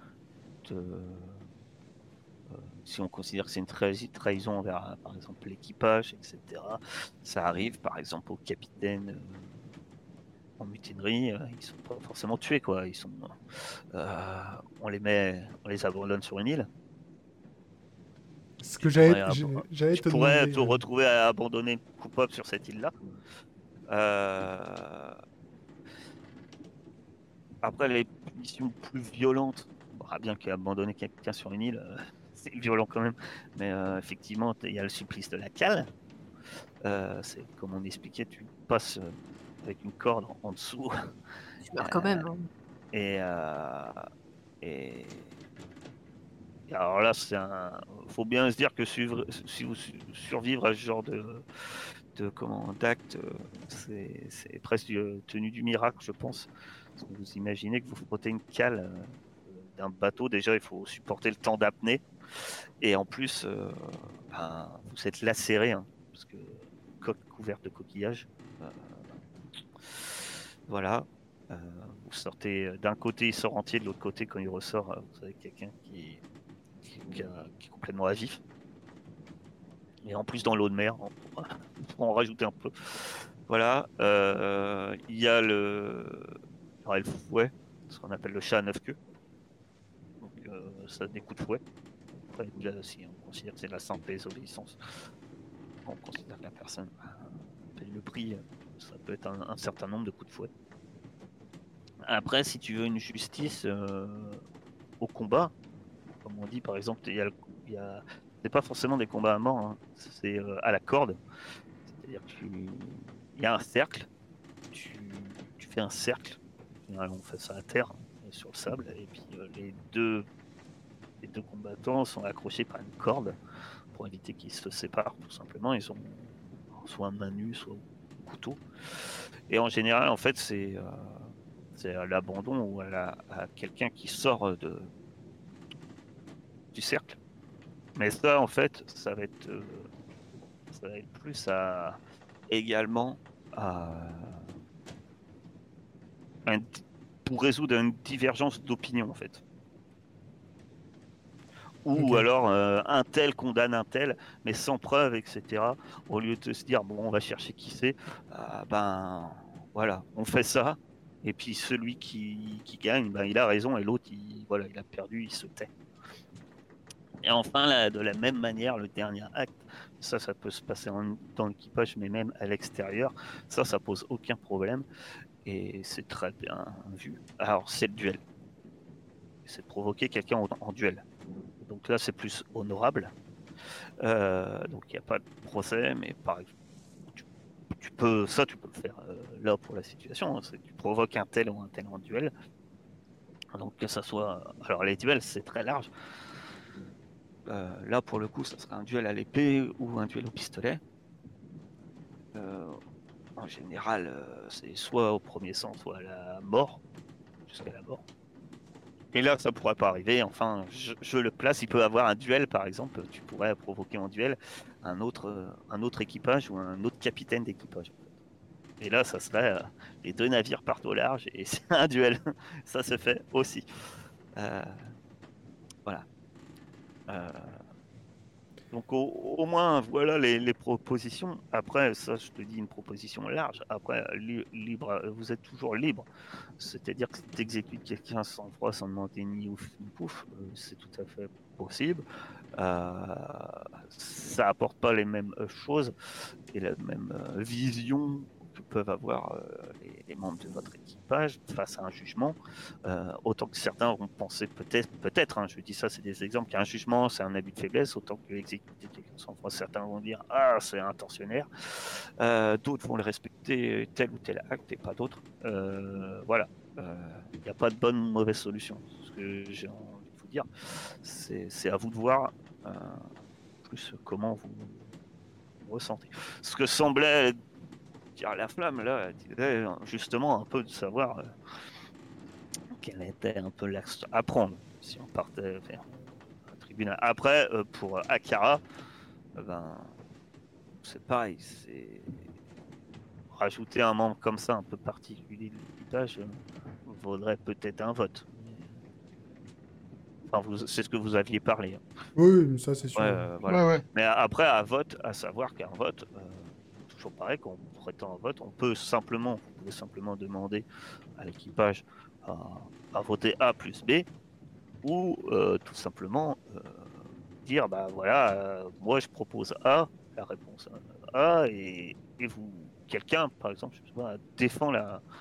si on considère que c'est une trahison envers, par exemple, l'équipage, etc. Ça arrive, par exemple, au capitaine en mutinerie, ils sont pas forcément tués, quoi. On les abandonne sur une île. Ce Tu que pourrais, j'allais tu te pourrais demander. te retrouver à abandonner coupable sur cette île-là. Après, les punitions plus violentes, bien qu'abandonner quelqu'un sur une île, c'est violent quand même. Mais effectivement, il y a le supplice de la cale. C'est comme on expliquait, tu passes avec une corde en dessous. Tu meurs quand même. Hein. Et, alors là, faut bien se dire que si vous survivre à ce genre d'acte, c'est presque tenu du miracle, je pense. Parce que vous imaginez que vous frottez une cale d'un bateau, déjà il faut supporter le temps d'apnée. Et en plus, vous êtes lacéré, hein, parce que coque couverte de coquillages. Voilà. Vous sortez d'un côté, il sort entier, de l'autre côté, quand il ressort, vous avez quelqu'un qui est complètement à vif. Et en plus, dans l'eau de mer, pour en rajouter un peu. Voilà. Il y a le fouet, ce qu'on appelle le chat à 9 queues. Donc, ça a des coups de fouet. Après, là, si on considère que c'est de la simple désobéissance, on considère que la personne paye le prix. Ça peut être un certain nombre de coups de fouet. Après, si tu veux une justice au combat, comme on dit par exemple, c'est pas forcément des combats à mort, hein, c'est à la corde. C'est-à-dire qu'il y a un cercle, tu fais un cercle, on fait ça à terre, sur le sable, et puis les deux combattants sont accrochés par une corde pour éviter qu'ils se séparent, tout simplement. Ils ont soit main nue, soit couteau. Et en général, en fait, c'est à l'abandon ou à quelqu'un qui sort du cercle. Mais ça, en fait, ça va être plus également pour résoudre une divergence d'opinion, en fait. Ou alors un tel condamne un tel, mais sans preuve, etc. Au lieu de se dire, bon, on va chercher qui c'est, voilà, on fait ça. Et puis celui qui gagne, il a raison, et l'autre, il a perdu, il se tait. Et enfin, là, de la même manière, le dernier acte, ça peut se passer dans l'équipage, mais même à l'extérieur, ça pose aucun problème, et c'est très bien vu. Alors, c'est le duel. C'est de provoquer quelqu'un en duel. Donc là, c'est plus honorable. Donc il n'y a pas de procès, mais par exemple, tu peux le faire là pour la situation. Hein, tu provoques un tel ou un tel en duel. Donc que ça soit. Alors les duels, c'est très large. Là, pour le coup, ça sera un duel à l'épée ou un duel au pistolet. En général, c'est soit au premier sang, soit à la mort, jusqu'à la mort. Et là, ça pourrait pas arriver. Enfin, je le place. Il peut avoir un duel, par exemple. Tu pourrais provoquer en duel un autre équipage ou un autre capitaine d'équipage. Et là, ça serait les deux navires partent au large et c'est un duel. Ça se fait aussi. Voilà. Donc au moins, voilà les propositions. Après, ça, je te dis une proposition large. Après, libre, vous êtes toujours libre. C'est-à-dire que si tu exécutes quelqu'un sans froid, sans demander ni ouf ni pouf, c'est tout à fait possible. Ça apporte pas les mêmes choses et la même vision que peuvent avoir les membres de votre équipage face à un jugement. Autant que certains vont penser peut-être, hein, je dis ça, c'est des exemples, qu'un jugement c'est un abus de faiblesse, autant que exécuter quelqu'un sans froid, certains vont dire ah c'est intentionnaire, d'autres vont le respecter tel ou tel acte et pas d'autres. Voilà, il n'y a pas de bonne ou mauvaise solution. Ce que j'ai envie de vous dire, c'est à vous de voir plus comment vous ressentez. Ce que semblait dire la flamme là, elle disait justement un peu de savoir quel était un peu l'axe à prendre si on partait vers un tribunal. Après, pour Akara, c'est pareil, c'est rajouter un membre comme ça un peu particulier de l'équipage vaudrait peut-être un vote. Enfin, c'est ce que vous aviez parlé. Hein. Oui, ça c'est sûr. Voilà. Ouais. Mais après, à vote, à savoir qu'un vote, toujours pareil, quand on prétend un vote, vous pouvez simplement demander à l'équipage à voter A plus B, ou tout simplement dire, bah voilà, moi je propose A, la réponse A, et vous, quelqu'un, par exemple, je sais pas, défend,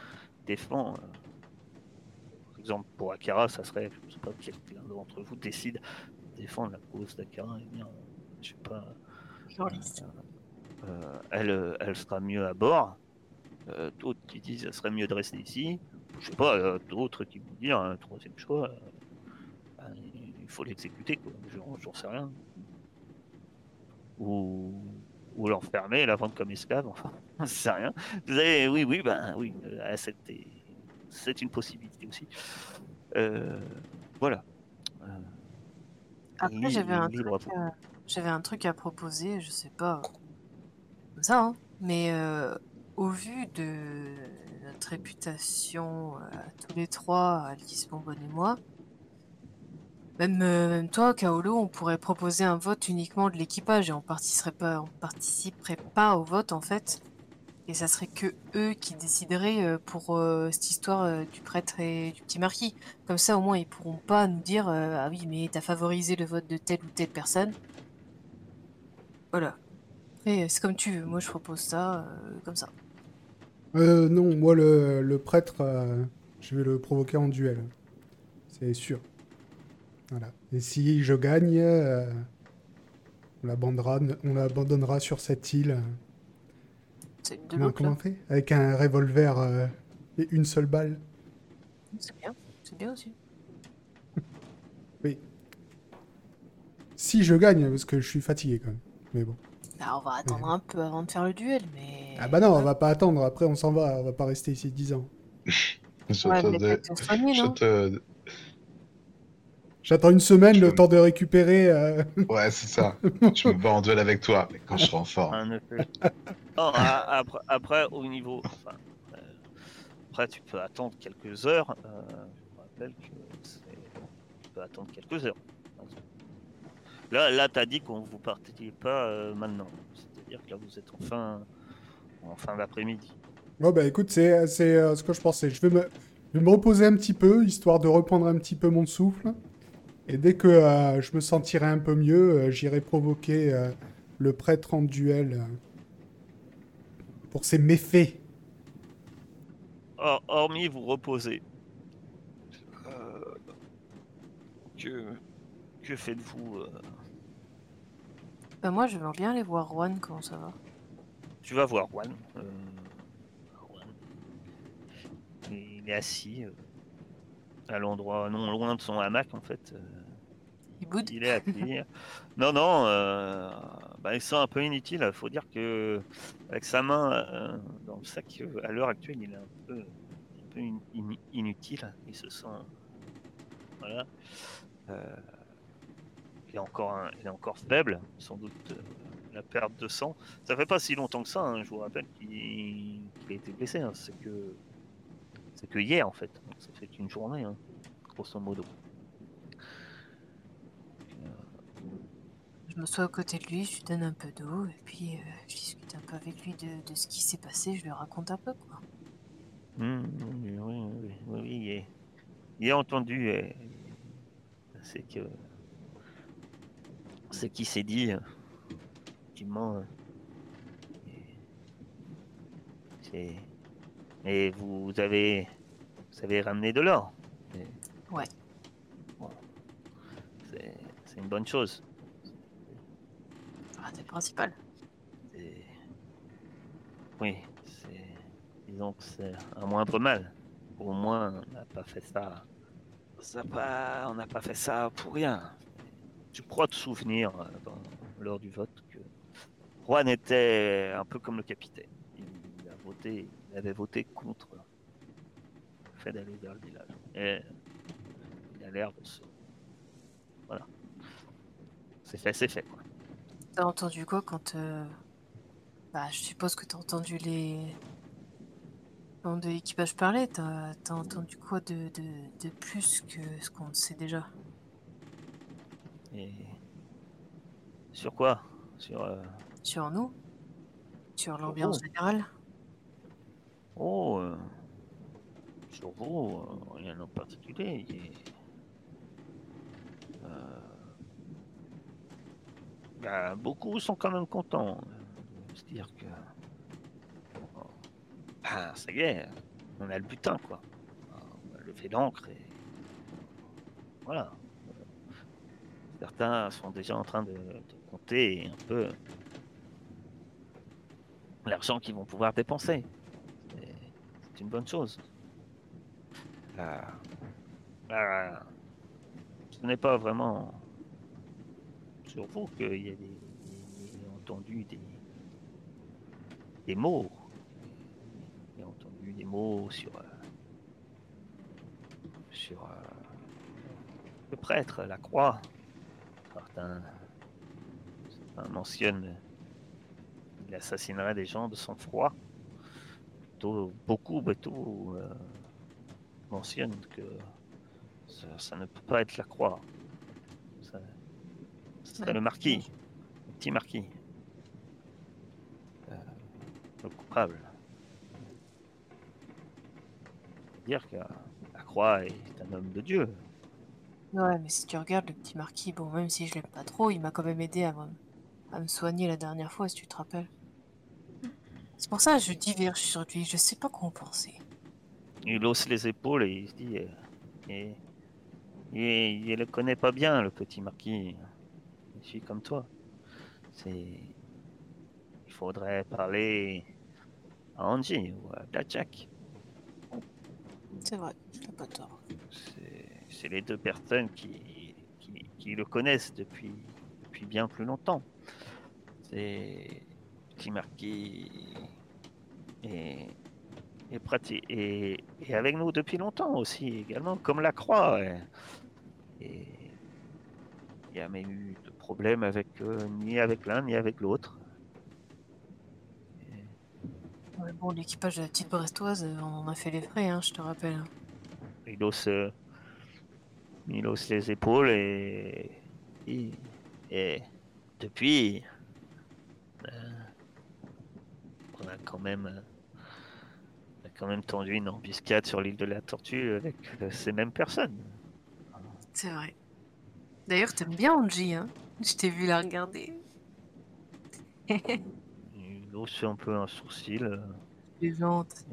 par exemple, pour Akara, ça serait, je sais pas, quelqu'un d'entre vous décide de défendre la cause d'Akara, et bien, je sais pas. elle sera mieux à bord. D'autres qui disent que ce serait mieux de rester ici. Je sais pas, d'autres qui vont dire un troisième choix, il faut l'exécuter, quoi. J'en sais rien. Ou l'enfermer et la vendre comme esclave, enfin, j'en sais rien. Vous avez, oui, c'est une possibilité aussi. Voilà. Après, Libre à vous. j'avais un truc à proposer, je sais pas, comme ça, hein, mais au vu de notre réputation tous les trois, Alice, Bonbonne et moi, même toi, Kaolo, on pourrait proposer un vote uniquement de l'équipage et on participerait pas au vote en fait. Et ça serait que eux qui décideraient pour cette histoire du prêtre et du petit marquis. Comme ça, au moins, ils pourront pas nous dire ah oui, mais t'as favorisé le vote de telle ou telle personne. Voilà. Et c'est comme tu veux. Moi, je propose ça comme ça. Non, moi, le prêtre, je vais le provoquer en duel. C'est sûr. Voilà. Et si je gagne, on l'abandonnera sur cette île. C'est une de Comment, l'autre comment là. on fait? Avec un revolver et une seule balle. C'est bien. C'est bien aussi. Oui. Si je gagne, parce que je suis fatigué quand même. Mais bon. Ah, on va attendre un peu avant de faire le duel, Ah mais bah non, on voilà. va pas attendre. Après, on s'en va. On va pas rester ici 10 ans. Je Ouais, te, mais dé- peut-être te soigner, je non? te, J'attends une semaine, je le temps me- de récupérer. Ouais, c'est ça. Je me bats en duel avec toi, mais quand je serai en forme. En effet. Non, après, au niveau. Enfin, euh, après, tu peux attendre quelques heures. Je vous rappelle que tu peux attendre quelques heures. Là tu as dit qu'on vous partiez pas maintenant. C'est-à-dire que là, vous êtes en fin d'après-midi. Oh bah écoute, c'est ce que je pensais. Je vais me reposer un petit peu, histoire de reprendre un petit peu mon souffle. Et dès que je me sentirai un peu mieux, j'irai provoquer le prêtre en duel pour ses méfaits. Hormis vous reposer, euh, que, que faites-vous Bah, moi, je veux bien aller voir Juan, comment ça va. Tu vas voir Juan. Juan. Il est assis à l'endroit non loin de son hamac, en fait. Il boude. Il est assis. Non, non, bah, il sent un peu inutile. Il faut dire que avec sa main dans le sac, à l'heure actuelle, il est un peu inutile. Il se sent. Voilà. Euh, il est encore faible, sans doute la perte de sang. Ça fait pas si longtemps que ça, hein, je vous rappelle qu'il a été blessé. Hein. C'est que hier en fait. Donc, ça fait qu'une journée, hein, grosso modo. Je me sois à côté de lui, je lui donne un peu d'eau, et puis je discute un peu avec lui de ce qui s'est passé, je lui raconte un peu, quoi. Oui, il est entendu. C'est que ce qui s'est dit, effectivement, c'est. Et vous avez ramené de l'or. Et, Ouais. bon, c'est une bonne chose. Ah, c'est le principal. C'est- Oui, c'est. Disons que c'est un moindre mal. Au moins, on n'a pas fait ça. On n'a pas fait ça pour rien. Tu crois te souvenir, lors du vote, que Juan était un peu comme le capitaine. Il avait voté contre le fait d'aller vers le village. Et il a l'air de se. Voilà. C'est fait, quoi. T'as entendu quoi quand... Bah, je suppose que t'as entendu les membres de l'équipage parler, t'as entendu quoi de plus que ce qu'on sait déjà? Et sur quoi? Sur nous? Sur Sur l'ambiance vous? générale? Oh, sur vous, rien en particulier. Bah, beaucoup sont quand même contents de se dire que bah, ça y est, on a le butin, quoi. On a levé l'ancre et voilà. Certains sont déjà en train de compter un peu l'argent qu'ils vont pouvoir dépenser. C'est une bonne chose. Euh, euh, ce n'est pas vraiment sur vous qu'il y a j'ai entendu des mots. J'ai entendu des mots sur le prêtre, la croix. Certains mentionnent qu'il assassinerait des gens de sang-froid. Beaucoup mentionnent que ça ne peut pas être la croix. Ce serait le marquis, le petit marquis, le coupable. Dire que la croix est un homme de Dieu. Ouais, mais si tu regardes le petit marquis, bon, même si je l'aime pas trop, il m'a quand même aidé à me soigner la dernière fois, si tu te rappelles. C'est pour ça que je diverge sur lui, je sais pas quoi en penser. Il hausse les épaules et il se dit il le connaît pas bien, le petit marquis. Je suis comme toi. Il faudrait parler à Angie ou à Blackjack. C'est vrai, t'as pas tort. C'est les deux personnes qui le connaissent depuis bien plus longtemps. C'est petit marquis et avec nous depuis longtemps aussi également, comme la croix. Et il n'y a jamais eu de problème ni avec l'un ni avec l'autre. Ouais, bon, l'équipage de la petite brestoise, on en a fait les frais, hein, je te rappelle. Il hausse les épaules et depuis, on a quand même tendu une embuscade sur l'île de la Tortue avec ces mêmes personnes. C'est vrai. D'ailleurs, t'aimes bien Angie, hein? Je t'ai vu la regarder. Il hausse un peu un sourcil Plaisante.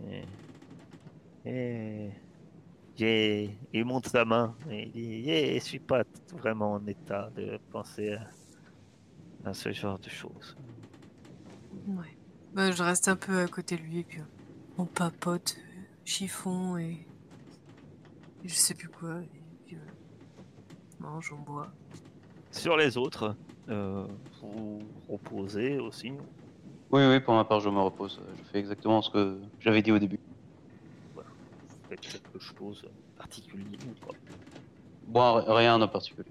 et il monte sa main et il dit je suis pas vraiment en état de penser à ce genre de choses. Ouais. Bah, je reste un peu à côté de lui, et puis on papote, chiffon et je sais plus quoi. Et puis on mange, on boit. Sur les autres, vous reposez aussi. Oui, pour ma part, je me repose. Je fais exactement ce que j'avais dit au début. Voilà. Vous faites quelque chose de particulier ou pas? Bon, rien de particulier.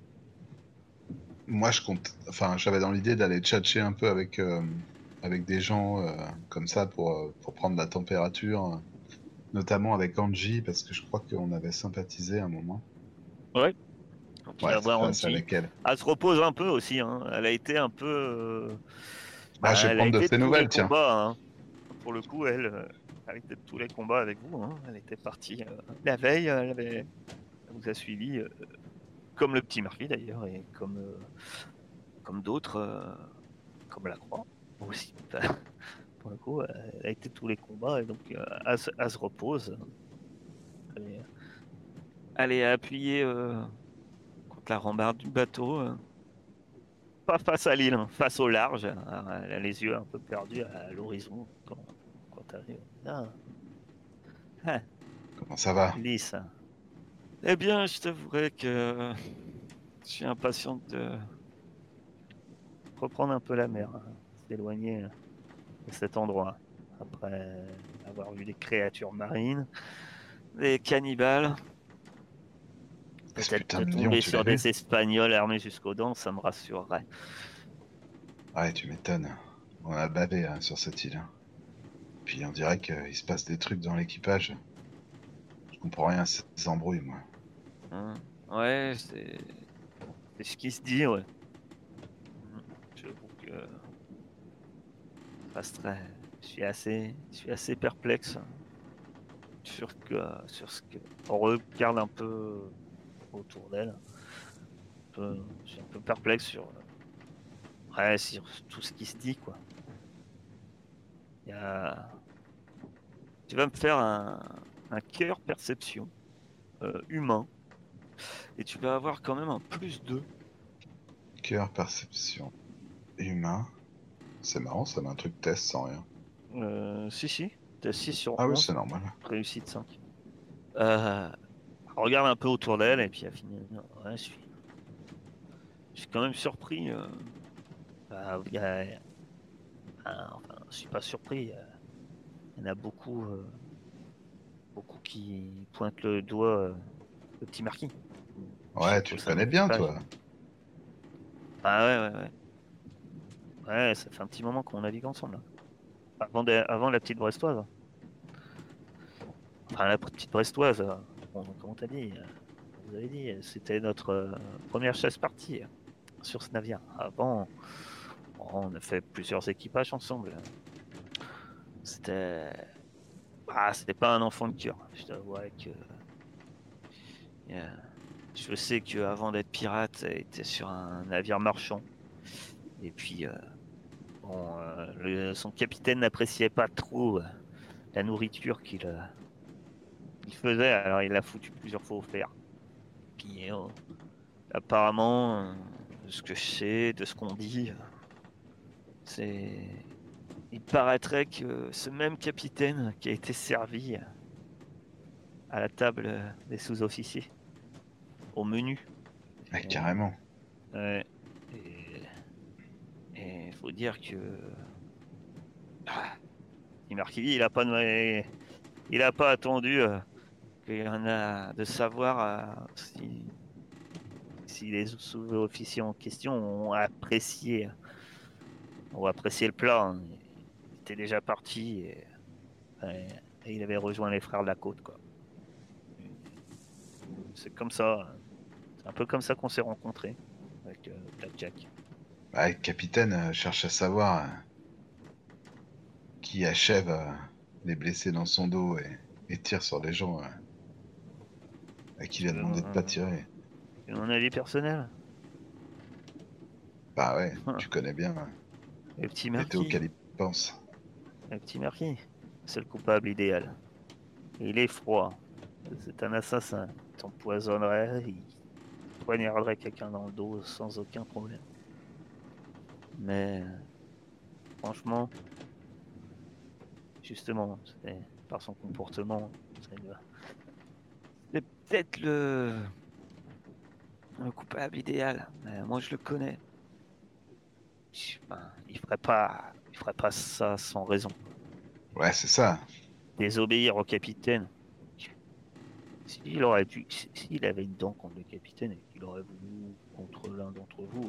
Moi, j'avais dans l'idée d'aller tchatcher un peu avec des gens comme ça pour prendre la température, notamment avec Angie, parce que je crois qu'on avait sympathisé un moment. Ouais. Donc il Ouais, va voir c'est Angie. avec elle. Elle se repose un peu aussi. Hein. Elle a été un peu. Ah, je vais Elle a prendre de été de ses tous les nouvelles, tiens. combats. Hein. Pour le coup, elle était de tous les combats avec vous. Hein. Elle était partie la veille. Elle vous a suivi, comme le petit marquis d'ailleurs, et comme d'autres, comme la croix aussi. Pour le coup, elle a été de tous les combats et donc elle se repose. Elle est appuyée contre la rambarde du bateau. Pas face à l'île, hein, face au large. Alors, elle a les yeux un peu perdus à l'horizon quand elle arrive. Ah, ah, Comment ça va? Lys. Eh bien, je t'avouerai que je suis impatient de reprendre un peu la mer, hein, s'éloigner de cet endroit. Après avoir vu des créatures marines, des cannibales, Ce peut-être putain de de lion, tomber tu l'as sur vu? des Espagnols armés jusqu'aux dents, ça me rassurerait. Ouais, tu m'étonnes. On a bavé hein, sur cette île. Hein. Puis on dirait qu'il se passe des trucs dans l'équipage. Je comprends rien à ces embrouilles, moi. Hein. Ouais, c'est ce qui se dit, ouais. J'avoue que je suis assez perplexe sur ce que on regarde un peu autour d'elle. Je suis un peu perplexe sur tout ce qui se dit, quoi. Il y a... Tu vas me faire un cœur perception humain et tu vas avoir quand même un +2. Cœur, perception, humain. C'est marrant, ça met un truc test sans rien. Si. T'as 6 sur Ah oui, 11. c'est normal. Réussite 5. Regarde un peu autour d'elle et puis elle finit. Ouais, je suis quand même surpris. Enfin, je suis pas surpris. Il y en a beaucoup, beaucoup qui pointent le doigt le petit Marquis. Je sais Ouais, quoi, tu le ça connais nous fait bien, pas. toi. Ah ouais. Ouais, ça fait un petit moment qu'on navigue ensemble, là. Avant la petite Brestoise. Enfin, la petite Brestoise, comment t'as dit? Vous avez dit, c'était notre première chasse partie sur ce navire. Avant, on a fait plusieurs équipages ensemble. C'était. C'était pas un enfant de cœur. Je t'avouerais que. euh, je sais qu'avant d'être pirate, elle était sur un navire marchand. Et puis, bon, son capitaine n'appréciait pas trop la nourriture qu'il faisait, alors il l'a foutu plusieurs fois au fer. Puis, apparemment, de ce que je sais, de ce qu'on dit, c'est. Il paraîtrait que ce même capitaine qui a été servi à la table des sous-officiers, au menu. Ouais, Et, carrément. ouais, et il faut dire que Marquis, il a pas attendu qu'il y en a de savoir si les sous-officiers en question ont apprécié le plat, hein. Il était déjà parti et il avait rejoint les frères de la côte, quoi. C'est comme ça, hein. C'est un peu comme ça qu'on s'est rencontrés avec Blackjack. Ouais, le capitaine cherche à savoir qui achève les blessés dans son dos et tire sur les gens à qui il a Tu veux demandé de pas tirer. mon avis personnel? Bah ouais, tu connais bien. Le petit T'étais au Marquis, Calipense. le petit Marquis, c'est le coupable idéal. Il est froid. C'est un assassin. Il t'empoisonnerait, il poignarderait quelqu'un dans le dos sans aucun problème. Mais franchement, justement, c'est par son comportement, c'est peut-être le coupable idéal. Mais moi, je le connais. Enfin, il ferait pas ça sans raison. Ouais, c'est ça. Désobéir au capitaine. S'il avait une dent contre le capitaine et qu'il aurait voulu contre l'un d'entre vous,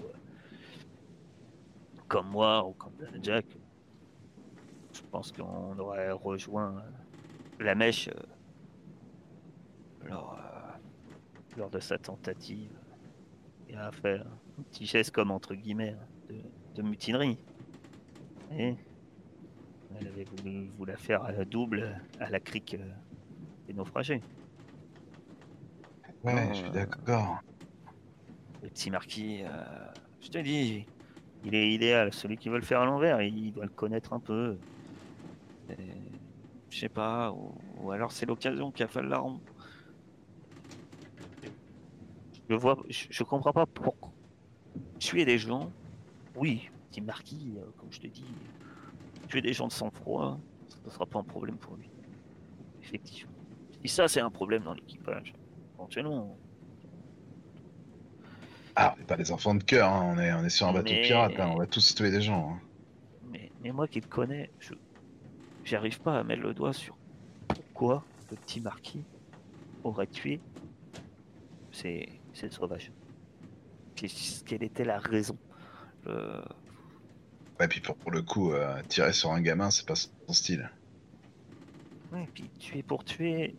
comme moi ou comme Jack, je pense qu'on aurait rejoint la mèche lors, lors de sa tentative. Il a fait un petit geste comme entre guillemets de mutinerie. Et elle avait voulu vous la faire à la double à la crique des naufragés. Ouais, je Non, suis d'accord. le petit marquis, je te dis, il est idéal. Celui qui veut le faire à l'envers, il doit le connaître un peu. Et, je sais pas, ou alors c'est l'occasion qui a fait le larron. Je comprends pas pourquoi tuer des gens. Oui, petit marquis, comme je te dis, tuer des gens de sang-froid, ce ne sera pas un problème pour lui. Effectivement. Et ça, c'est un problème dans l'équipage. Éventuellement. Ah, on n'est pas des enfants de cœur, hein. On est sur un bateau pirate, hein. On Mais, va tous tuer des gens, hein. mais moi qui le connais, j'arrive pas à mettre le doigt sur pourquoi le petit marquis aurait tué ces sauvages. Quelle était la raison? Euh, Ouais, puis pour le coup, tirer sur un gamin, c'est pas son style. ouais, puis tuer pour tuer.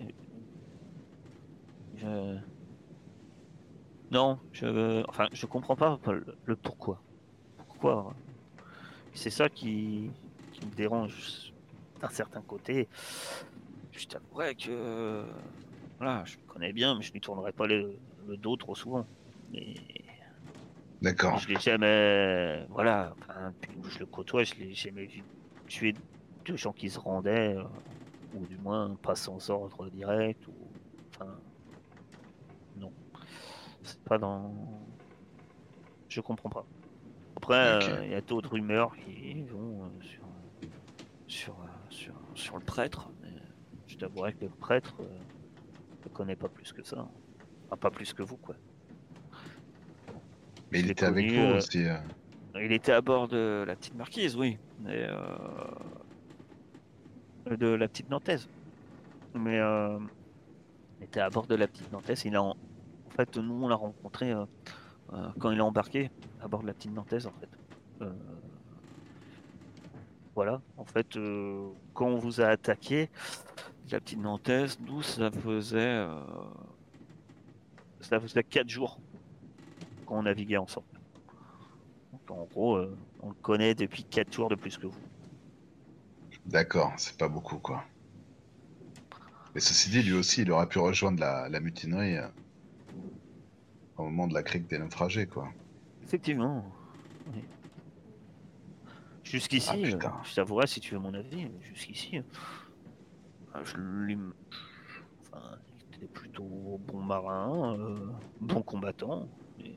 Je... Non, enfin, je comprends pas le pourquoi. Pourquoi? C'est ça qui me dérange d'un certain côté. Je t'avouerais que voilà, je le connais bien, mais je lui tournerai pas le dos trop souvent. Mais, mais D'accord. je l'ai jamais. Voilà, enfin, depuis que je le côtoie, je l'ai jamais vu tuer de gens qui se rendaient, ou du moins pas sans ordre direct, ou. Enfin, non. C'est pas dans. Je comprends pas. Après, Ok. il y a d'autres rumeurs qui vont sur sur le prêtre. Mais je t'avouerai que le prêtre, je le connais pas plus que ça. Enfin, pas plus que vous, quoi. Mais Je il l'ai était avec connu, vous aussi. il était à bord de la petite marquise, oui. Mais, de la petite Nantaise. Mais il était à bord de la petite Nantaise. En fait, nous, on l'a rencontré quand il a embarqué à bord de la petite Nantaise, en fait. Euh, Voilà, en fait, quand on vous a attaqué, la petite Nantaise, nous, ça faisait 4 jours qu'on naviguait ensemble. Donc, en gros, on le connaît depuis 4 jours de plus que vous. D'accord, c'est pas beaucoup, quoi. Mais ceci dit, lui aussi, il aurait pu rejoindre la mutinerie au moment de la crique des naufragés, quoi. Effectivement, oui. Ah Jusqu'ici, putain. je t'avouerai si tu veux mon avis, jusqu'ici, je lui- enfin, il était plutôt bon marin, bon combattant,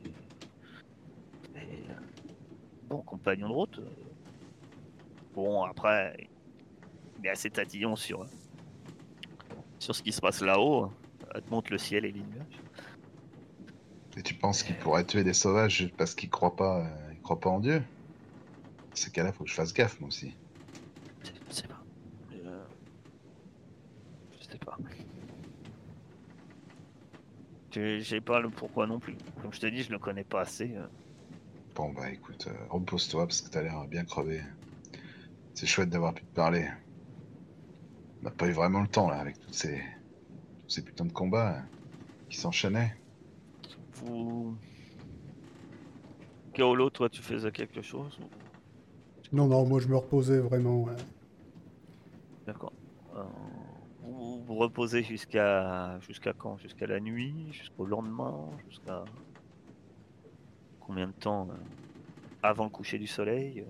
et bon compagnon de route. Bon, après, il est assez tatillon sur ce qui se passe là-haut. Elle te montre le ciel et les nuages. Et tu penses qu'il pourrait tuer des sauvages juste parce qu'il croit pas en Dieu? Ces cas-là, faut que je fasse gaffe, moi aussi. Je sais pas. Je sais pas. J'ai pas le pourquoi non plus. Comme je te dis, je le connais pas assez. Bon, bah écoute, repose-toi parce que t'as l'air bien crevé. C'est chouette d'avoir pu te parler. On n'a pas eu vraiment le temps, là, avec tous ces putains de combats qui s'enchaînaient. Vous. Kaolo, toi, tu faisais quelque chose Non, moi je me reposais vraiment. D'accord. Euh, vous vous reposez jusqu'à quand? Jusqu'à la nuit? Jusqu'au lendemain? Jusqu'à combien de temps avant le coucher du soleil?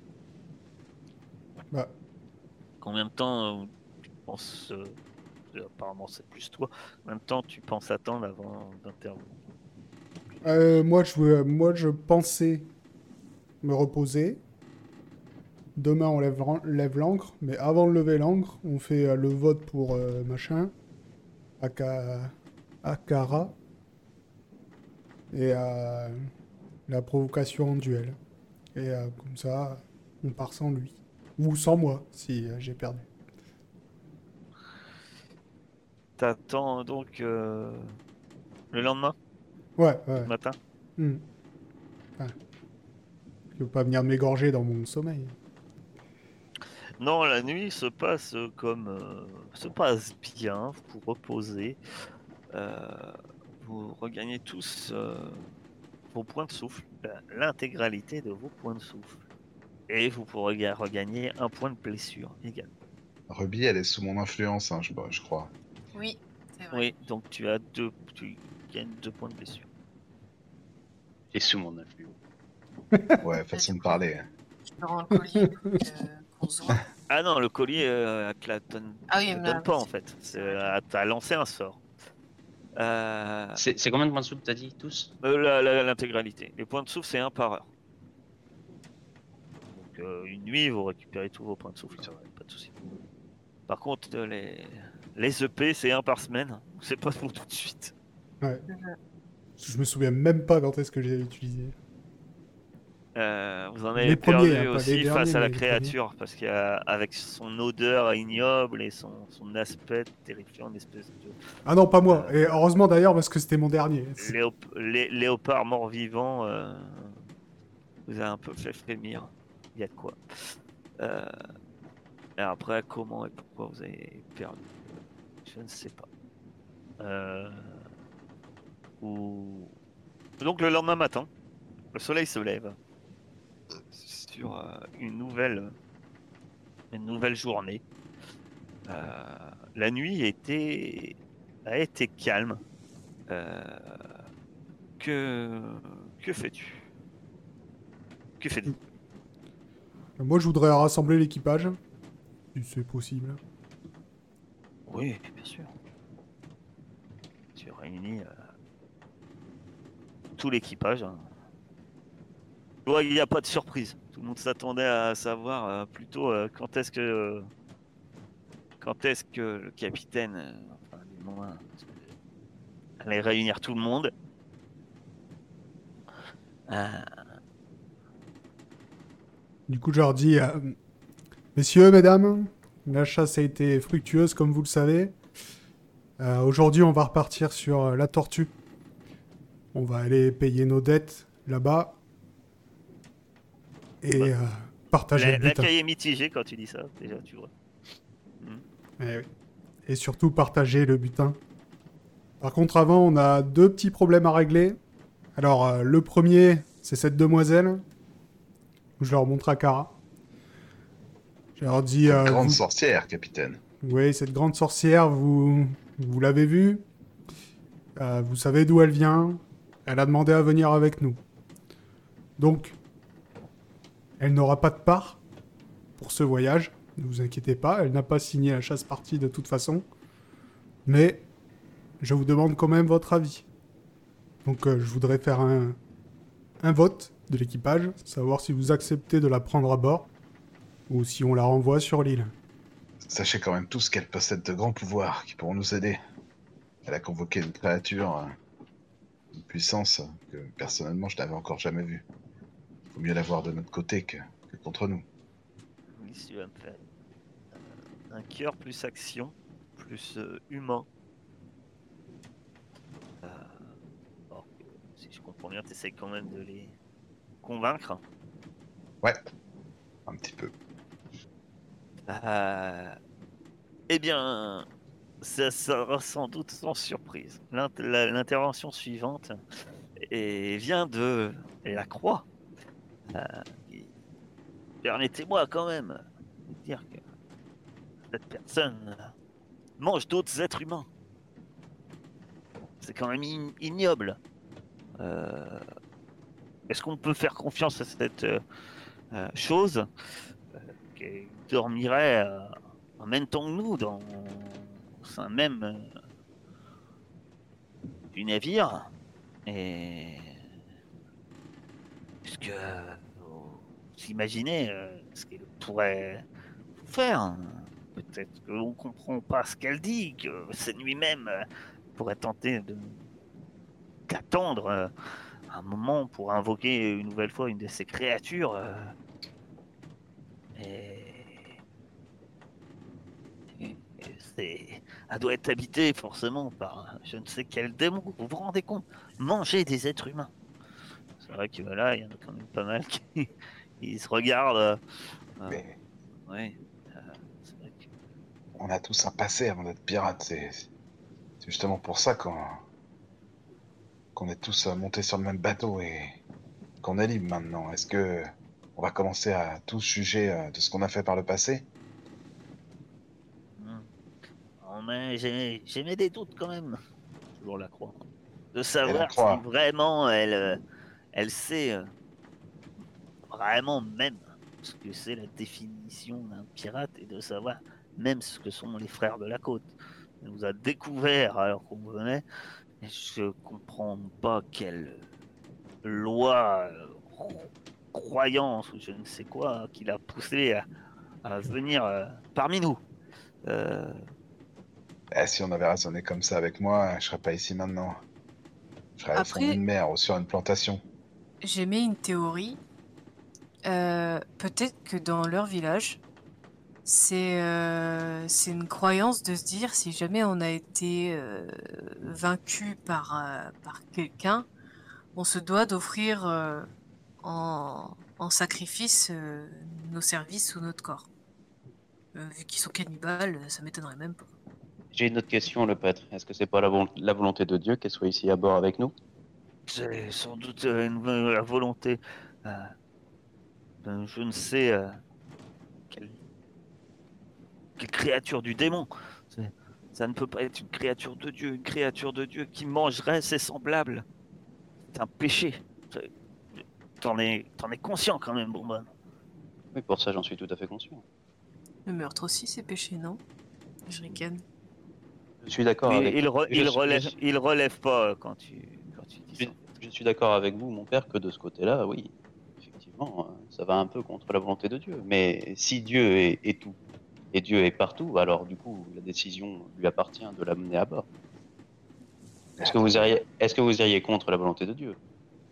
Bah, Combien de temps tu penses apparemment c'est plus toi. Combien de temps tu penses attendre avant d'intervenir? moi je pensais me reposer. Demain on lève l'ancre, mais avant de lever l'ancre, on fait le vote pour machin, Aka, Akara, et la provocation en duel. Et comme ça, on part sans lui. Ou sans moi, si j'ai perdu. T'attends donc le lendemain, Ouais, le ouais. matin? Hmm. Ouais. Je veux pas venir m'égorger dans mon sommeil. Non, la nuit se passe se passe bien. Vous vous reposez, euh, vous regagnez tous vos points de souffle, l'intégralité de vos points de souffle, et vous pourrez regagner un point de blessure également. Ruby, elle est sous mon influence, hein, je crois. Oui, c'est vrai. Oui, donc tu gagnes 2 points de blessure. Et sous mon influence. Ouais, Et façon du de coup, parler. je te rends le collier qu'on se voit. Ah non, le collier, elle Ah oui, te le mais donne oui, pas en fait. c'est vrai. T'as lancé un sort. C'est combien de points de soupe t'as dit tous? L'intégralité. Les points de souffle, c'est un par heure. Donc une nuit, vous récupérez tous vos points de souffle, Oui, ça hein, va. pas de souci. Par contre, les EP, c'est un par semaine. C'est pas pour tout de suite. Ouais. Mhm. Je me souviens même pas quand est-ce que j'ai utilisé. Vous en Les avez premiers, hein, perdu pas les aussi derniers, face à mais la les premiers. créature, parce qu'avec son odeur ignoble et son aspect terrifiant, une espèce de Ah non, pas moi. Et euh, heureusement d'ailleurs, parce que c'était mon dernier. léopard mort-vivant vous a un peu fait frémir. Il y a de quoi. Euh, et après, comment et pourquoi vous avez perdu, je ne sais pas. Euh, ou... Donc le lendemain matin, le soleil se lève sur une nouvelle journée. La nuit a été calme. Euh, que que fais-tu? Que faites-vous? Moi, je voudrais rassembler l'équipage, si c'est possible. Oui, bien sûr. Tu réunis tout l'équipage, hein. Ouais, il n'y a pas de surprise. Tout le monde s'attendait à savoir plutôt quand est-ce que quand est-ce que le capitaine, enfin, du moins, allait réunir tout le monde. Du coup, je leur dis, messieurs, mesdames, la chasse a été fructueuse, comme vous le savez. Aujourd'hui, on va repartir sur la tortue. On va aller payer nos dettes là-bas et partager le butin. L'accueil est mitigé quand tu dis ça, déjà, tu vois. Eh oui. Et surtout partager le butin. Par contre, avant, on a 2 petits problèmes à régler. Alors, le premier, c'est cette demoiselle. Je leur montre à Kara. Je leur dis... Une grande vous- sorcière, capitaine. Oui, cette grande sorcière, vous l'avez vue. Vous savez d'où elle vient. Elle a demandé à venir avec nous. Donc, elle n'aura pas de part pour ce voyage. Ne vous inquiétez pas, elle n'a pas signé la chasse-partie de toute façon. Mais je vous demande quand même votre avis. Donc, je voudrais faire un vote de l'équipage, savoir si vous acceptez de la prendre à bord ou si on la renvoie sur l'île. Sachez quand même tous qu'elle possède de grands pouvoirs qui pourront nous aider. Elle a convoqué une créature d'une puissance que personnellement je n'avais encore jamais vue. Il faut mieux l'avoir de notre côté que contre nous. Oui, si tu vas me faire un cœur plus action, plus humain. Alors que, si je comprends bien, tu essaies quand même de les convaincre. Ouais, un petit peu. Eh bien, ça sera sans doute sans surprise. L'intervention suivante vient de la Croix. Et permettez-moi quand même de dire que cette personne mange d'autres êtres humains. C'est quand même ignoble. Est-ce qu'on peut faire confiance à cette chose qui dormirait en même temps que nous dans un même du navire? Et est-ce que vous imaginez ce qu'elle pourrait faire? Peut-être qu'on ne comprend pas ce qu'elle dit, que c'est lui-même pourrait tenter d'attendre un moment pour invoquer une nouvelle fois une de ces créatures. Elle doit être habitée forcément par je ne sais quel démon. Vous vous rendez compte? Manger des êtres humains. C'est vrai que là, il y en a quand même pas mal qui ils se regardent. Mais Ouais. C'est vrai que... on a tous un passé avant d'être pirates. C'est justement pour ça qu'on est tous montés sur le même bateau et qu'on est libre maintenant. Est-ce que on va commencer à tous juger de ce qu'on a fait par le passé? Oh, mais j'ai mis des doutes quand même. Toujours la croix. De Et la savoir si croix. vraiment elle sait vraiment même ce que c'est la définition d'un pirate et de savoir même ce que sont les frères de la côte. Elle nous a découvert alors qu'on venait. Et je comprends pas quelle loi, croyance ou je ne sais quoi qui l'a poussé à venir parmi nous. Si on avait raisonné comme ça avec moi, je serais pas ici maintenant. Je serais au fond Après- d'une mer ou sur une plantation. J'émets une théorie. Peut-être que dans leur village, c'est une croyance de se dire si jamais on a été vaincu par quelqu'un, on se doit d'offrir en sacrifice nos services ou notre corps. Vu qu'ils sont cannibales, ça m'étonnerait même pas. J'ai une autre question, le prêtre. Est-ce que c'est pas la volonté de Dieu qu'elle soit ici à bord avec nous? C'est sans doute la volonté je ne sais quelle créature du démon. Ça ne peut pas être une créature de Dieu. Une créature de Dieu qui mangerait ses semblables. C'est un péché. T'en es conscient quand même, Bourbon. Oui, pour ça, j'en suis tout à fait conscient. Le meurtre aussi, c'est péché, non? Je ricane. Je suis d'accord avec Il je- relève pas quand tu dis ça. Je suis d'accord avec vous, mon père, que de ce côté-là, oui, effectivement, ça va un peu contre la volonté de Dieu. Mais si Dieu est tout, Et Dieu est partout, alors du coup, la décision lui appartient de l'amener à bord. Est-ce que vous iriez contre la volonté de Dieu?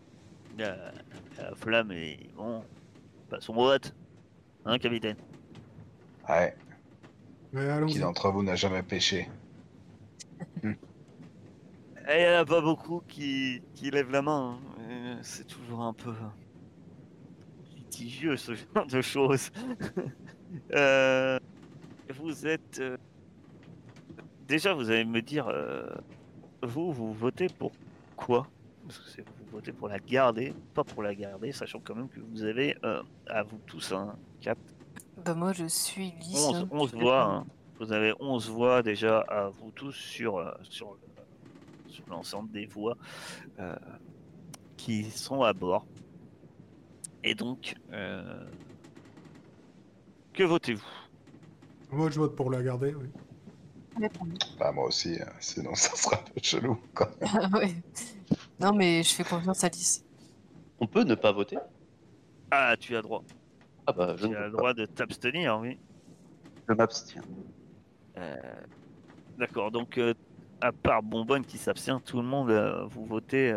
La flamme est bon. Passons au vote. Hein, capitaine? Ouais, Mais qui allons-y. d'entre vous n'a jamais pêché? Il n'y en a pas beaucoup qui lèvent la main. Hein. C'est toujours un peu litigieux ce genre de choses. Vous êtes. Déjà, vous allez me dire, vous votez pour quoi? Parce que vous votez pour la garder, pas pour la garder, sachant quand même que vous avez, à vous tous, 4, Bah moi je suis Lys. 11 voix. Hein. Vous avez 11 voix déjà à vous tous sur l'ensemble des voix qui sont à bord. Et donc, que votez-vous? Moi, je vote pour la garder, oui. Bah moi aussi, sinon ça sera un peu chelou quand même. Ouais. Non mais je fais confiance à Lys. On peut ne pas voter? Ah, tu as droit. Ah bah, je ne Tu as le vote pas. droit de t'abstenir, oui. Je m'abstiens. D'accord, donc à part Bonbonne qui s'abstient, tout le monde, vous votez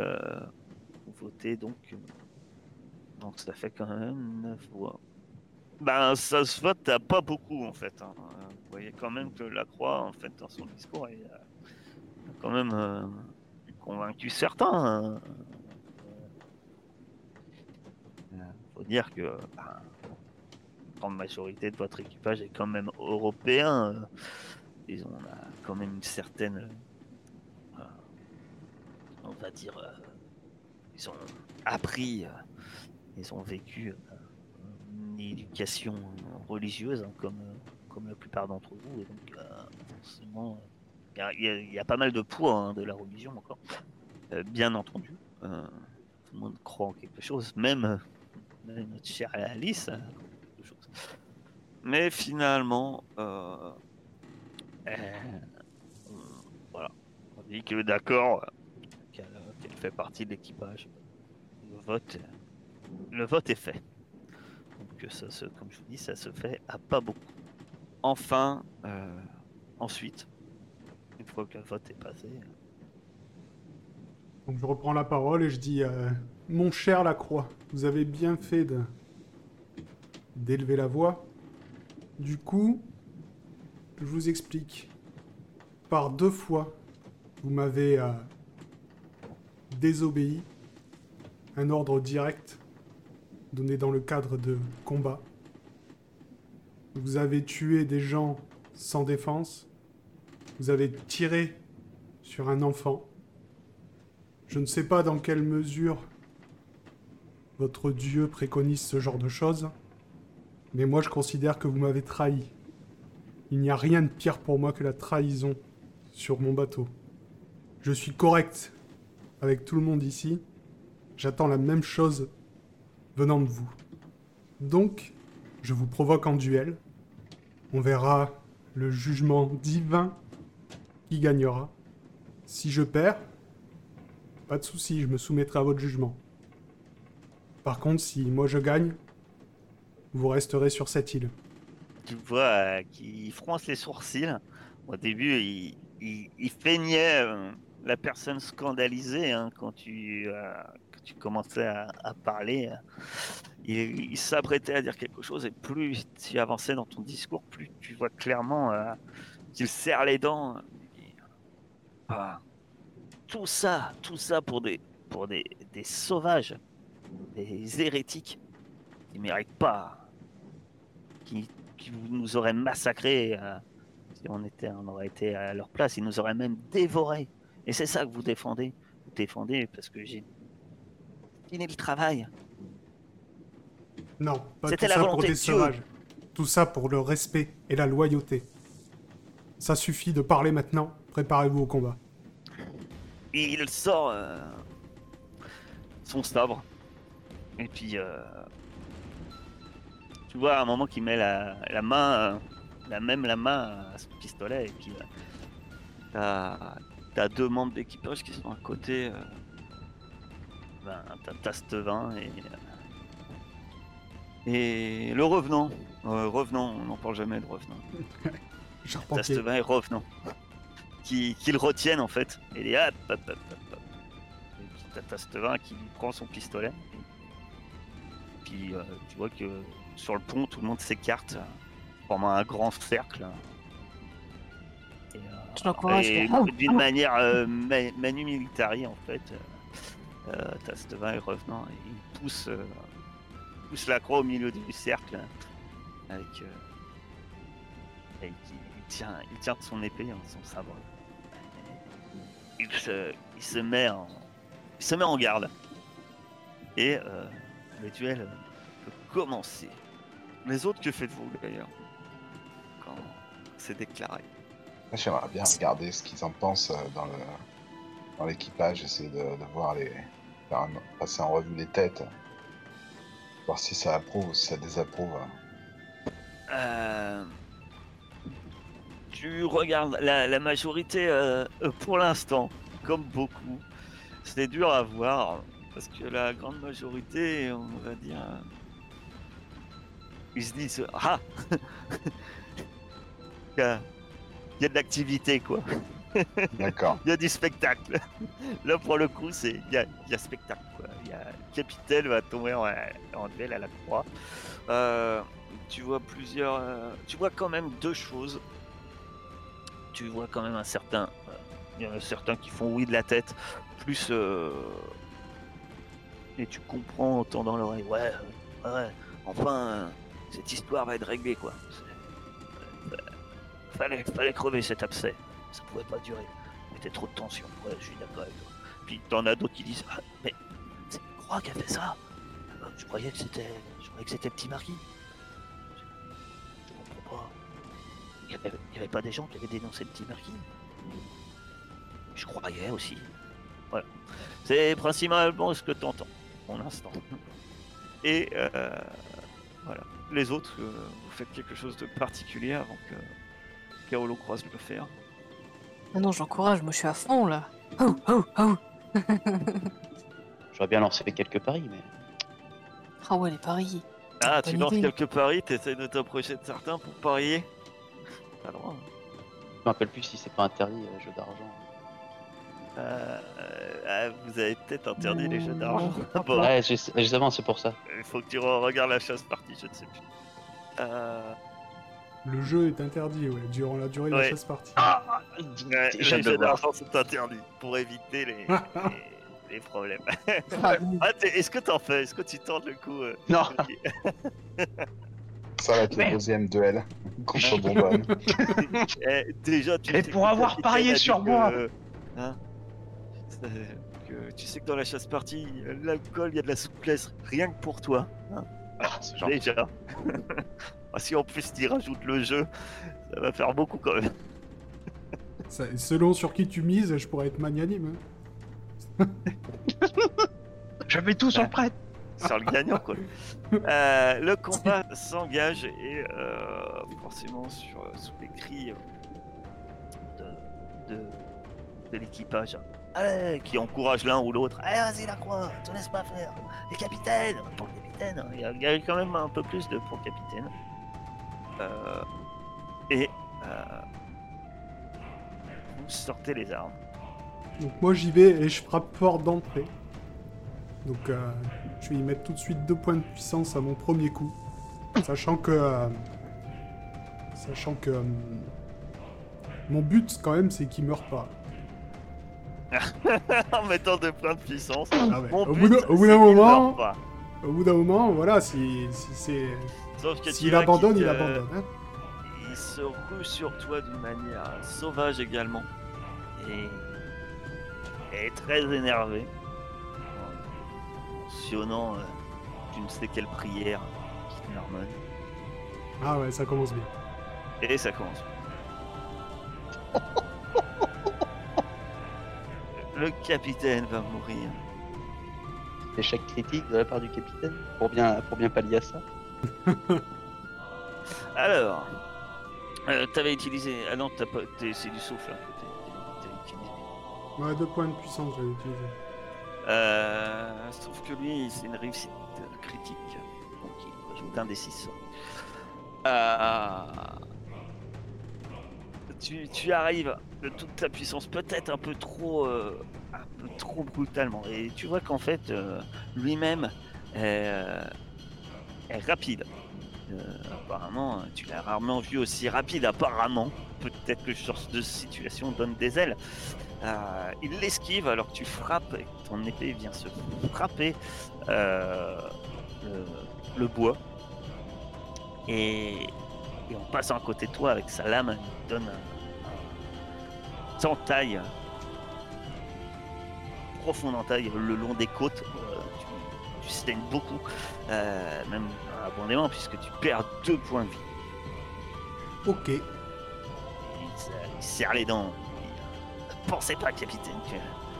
donc ça fait quand même 9 voix. Ben ça se vote à pas beaucoup en fait. Hein. Vous voyez quand même que Lacroix, en fait, dans son discours, il a quand même convaincu certains. Hein. Faut dire que la grande majorité de votre équipage est quand même européen. Ils ont quand même une certaine, on va dire, ils ont appris, ils ont vécu une éducation religieuse, hein, comme la plupart d'entre vous. Et donc, forcément, il y a pas mal de poids, hein, de la religion encore. Bien entendu, tout le monde croit en quelque chose, même notre chère Alice croit en quelque chose. Mais finalement, voilà, on dit que d'accord, qu'elle fait partie de l'équipage. Le vote est fait. Donc comme je vous dis, ça se fait à pas beaucoup. Enfin, ensuite, une fois que le vote est passé, Donc je reprends la parole et je dis mon cher Lacroix, vous avez bien fait d'élever la voix. Du coup, je vous explique. Par 2 fois, vous m'avez désobéi. Un ordre direct donné dans le cadre de combat. Vous avez tué des gens sans défense. Vous avez tiré sur un enfant. Je ne sais pas dans quelle mesure votre Dieu préconise ce genre de choses, mais moi je considère que vous m'avez trahi. Il n'y a rien de pire pour moi que la trahison sur mon bateau. Je suis correct avec tout le monde ici. J'attends la même chose venant de vous. Donc, je vous provoque en duel. On verra le jugement divin qui gagnera. Si je perds, pas de souci, je me soumettrai à votre jugement. Par contre, si moi je gagne, vous resterez sur cette île. tu vois qu'il fronce les sourcils. Au début, il feignait la personne scandalisée, hein, quand tu commençais à parler. Il s'apprêtait à dire quelque chose, et plus tu avançais dans ton discours, plus tu vois clairement qu'il serre les dents. Ah, tout ça pour des sauvages, des hérétiques qui méritent pas, qui nous auraient massacrés. Si on aurait été à leur place, ils nous auraient même dévorés. Et c'est ça que vous défendez. Vous défendez parce que j'ai fini le travail. Non, pas C'était tout la ça pour volonté des de Dieu. sauvages. Tout ça pour le respect et la loyauté. Ça suffit de parler maintenant, préparez-vous au combat. Et il sort son sabre. Et puis, tu vois à un moment qu'il met la main, la main à son pistolet. Et puis, t'as 2 membres d'équipage qui sont à côté. T'as Stevin Et le revenant, on n'en parle jamais de revenant. Charpentier. Tastevin et revenant. Qui le retiennent en fait. Et il est hop, hop, hop, hop, hop. Et puis t'as Tastevin qui prend son pistolet. Puis tu vois que sur le pont, tout le monde s'écarte, formant un grand cercle. Et, Je l'encourage. et je fais, d'une manière manu militari en fait. Tastevin est revenant et il pousse la croix au milieu du cercle avec et il tient son épée, son sabre. Il se met en garde et le duel peut commencer. Les autres, que faites-vous d'ailleurs quand c'est déclaré? Moi, j'aimerais bien regarder ce qu'ils en pensent dans l'équipage, essayer de voir passer en revue les têtes, voir si ça approuve ou si ça désapprouve. Tu regardes la majorité, pour l'instant, comme beaucoup, c'est dur à voir parce que la grande majorité, on va dire, ils se disent ah, il y a de l'activité quoi. D'accord. Il y a du spectacle. Là pour le coup, il y a spectacle quoi. Il y a le capitaine va tomber en duel à la croix. Tu vois tu vois quand même deux choses. Tu vois quand même il y en a certains qui font oui de la tête, plus et tu comprends en tendant l'oreille. Ouais, enfin cette histoire va être réglée quoi. Fallait crever cet abcès. Ça pouvait pas durer. Il y avait trop de tension. Ouais, je suis d'accord avec toi. Puis t'en as d'autres qui disent mais c'est une croix qui a fait ça. Je croyais que c'était le petit marquis. Je comprends pas. Il y avait pas des gens qui avaient dénoncé le petit marquis. Je croyais aussi. Voilà. C'est principalement ce que t'entends pour l'instant. Et voilà. Les autres, vous faites quelque chose de particulier avant que Kaolo croise le fer. Ah non, j'encourage, moi je suis à fond là. Oh, oh, oh. J'aurais bien lancé quelques paris, mais. Ah ouais, les paris. Ah, Bonne tu lances idée. quelques paris, t'essayes de t'approcher de certains pour parier. Pas le droit. Je me rappelle plus si c'est pas interdit, jeu d'argent. Vous avez peut-être interdit les jeux d'argent. Non. Bon, Ouais, justement, c'est pour ça. il faut que tu regardes la chasse partie, je ne sais plus. Le jeu est interdit, ouais, durant la durée de la Ouais. chasse partie. Les Je viens de jeux le voir. d'argent sont interdits pour éviter les problèmes. Ah, oui. Est-ce que t'en fais? Est-ce que tu tentes le coup Non. Ça va être le Merde. deuxième duel contre Bonbonne. Déjà, tu Et sais pour que le avoir capitaine parié a dit sur moi. hein, que tu sais que dans la chasse partie, l'alcool, il y a de la souplesse, rien que pour toi. Hein, C'est gentil. déjà. Si en plus tu rajoutes le jeu, ça va faire beaucoup quand même. Selon sur qui tu mises, je pourrais être magnanime. Hein. Je mets tout sur le prêtre. Sur le gagnant quoi. Le combat s'engage et forcément sous les cris de l'équipage. Allez, qui encourage l'un ou l'autre. Allez, vas-y la croix, te laisse pas faire. Les capitaines, pour le capitaine, il y a quand même un peu plus de pour le capitaine. Vous sortez les armes. Donc moi j'y vais et je frappe fort d'entrée. Donc je vais y mettre tout de suite 2 points de puissance à mon premier coup. Sachant que mon but quand même c'est qu'il meure pas. En mettant 2 points de puissance. Ah ouais. Mon Au but, bout d'un c'est qu'il moment, meurt pas. voilà, si c'est Sauf que s'il tu vois abandonne, qu'il il te- abandonne. Hein. Il se rue sur toi d'une manière sauvage également. Et est très énervé. En mentionnant je ne sais quelle prière qui marmonne. Ah ouais, ça commence bien. Et ça commence. Le capitaine va mourir. Échec critique de la part du capitaine pour bien pallier à ça. Alors, t'avais utilisé. Ah non, c'est du souffle hein, que t'as utilisé. Ouais, 2 points de puissance j'avais utilisé. Sauf que lui, c'est une réussite critique. Donc il d'un des 6. Tu arrives de toute ta puissance, peut-être un peu trop brutalement. Et tu vois qu'en fait, lui-même est rapide. Apparemment, tu l'as rarement vu aussi rapide, apparemment. Peut-être que ce genre de situation donne des ailes. Il l'esquive alors que tu frappes, et ton épée vient se frapper le bois. Et en passant à côté de toi avec sa lame, il te donne une entaille, profonde entaille le long des côtes. Tu saignes beaucoup, même abondamment, puisque tu perds 2 points de vie. Ok. Il serre les dents. Ne pensez pas, capitaine, que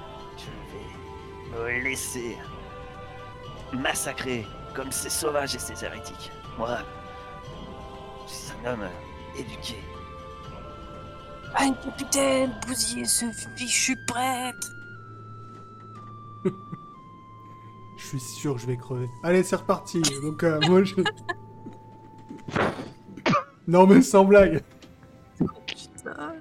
je vais me laisser massacrer comme ces sauvages et ces hérétiques. Moi, je suis un homme éduqué. Ah, capitaine, bousillez ce fichu prêtre. Je suis sûr que je vais crever. Allez, c'est reparti. Donc, moi, je... Non, mais sans blague. Putain.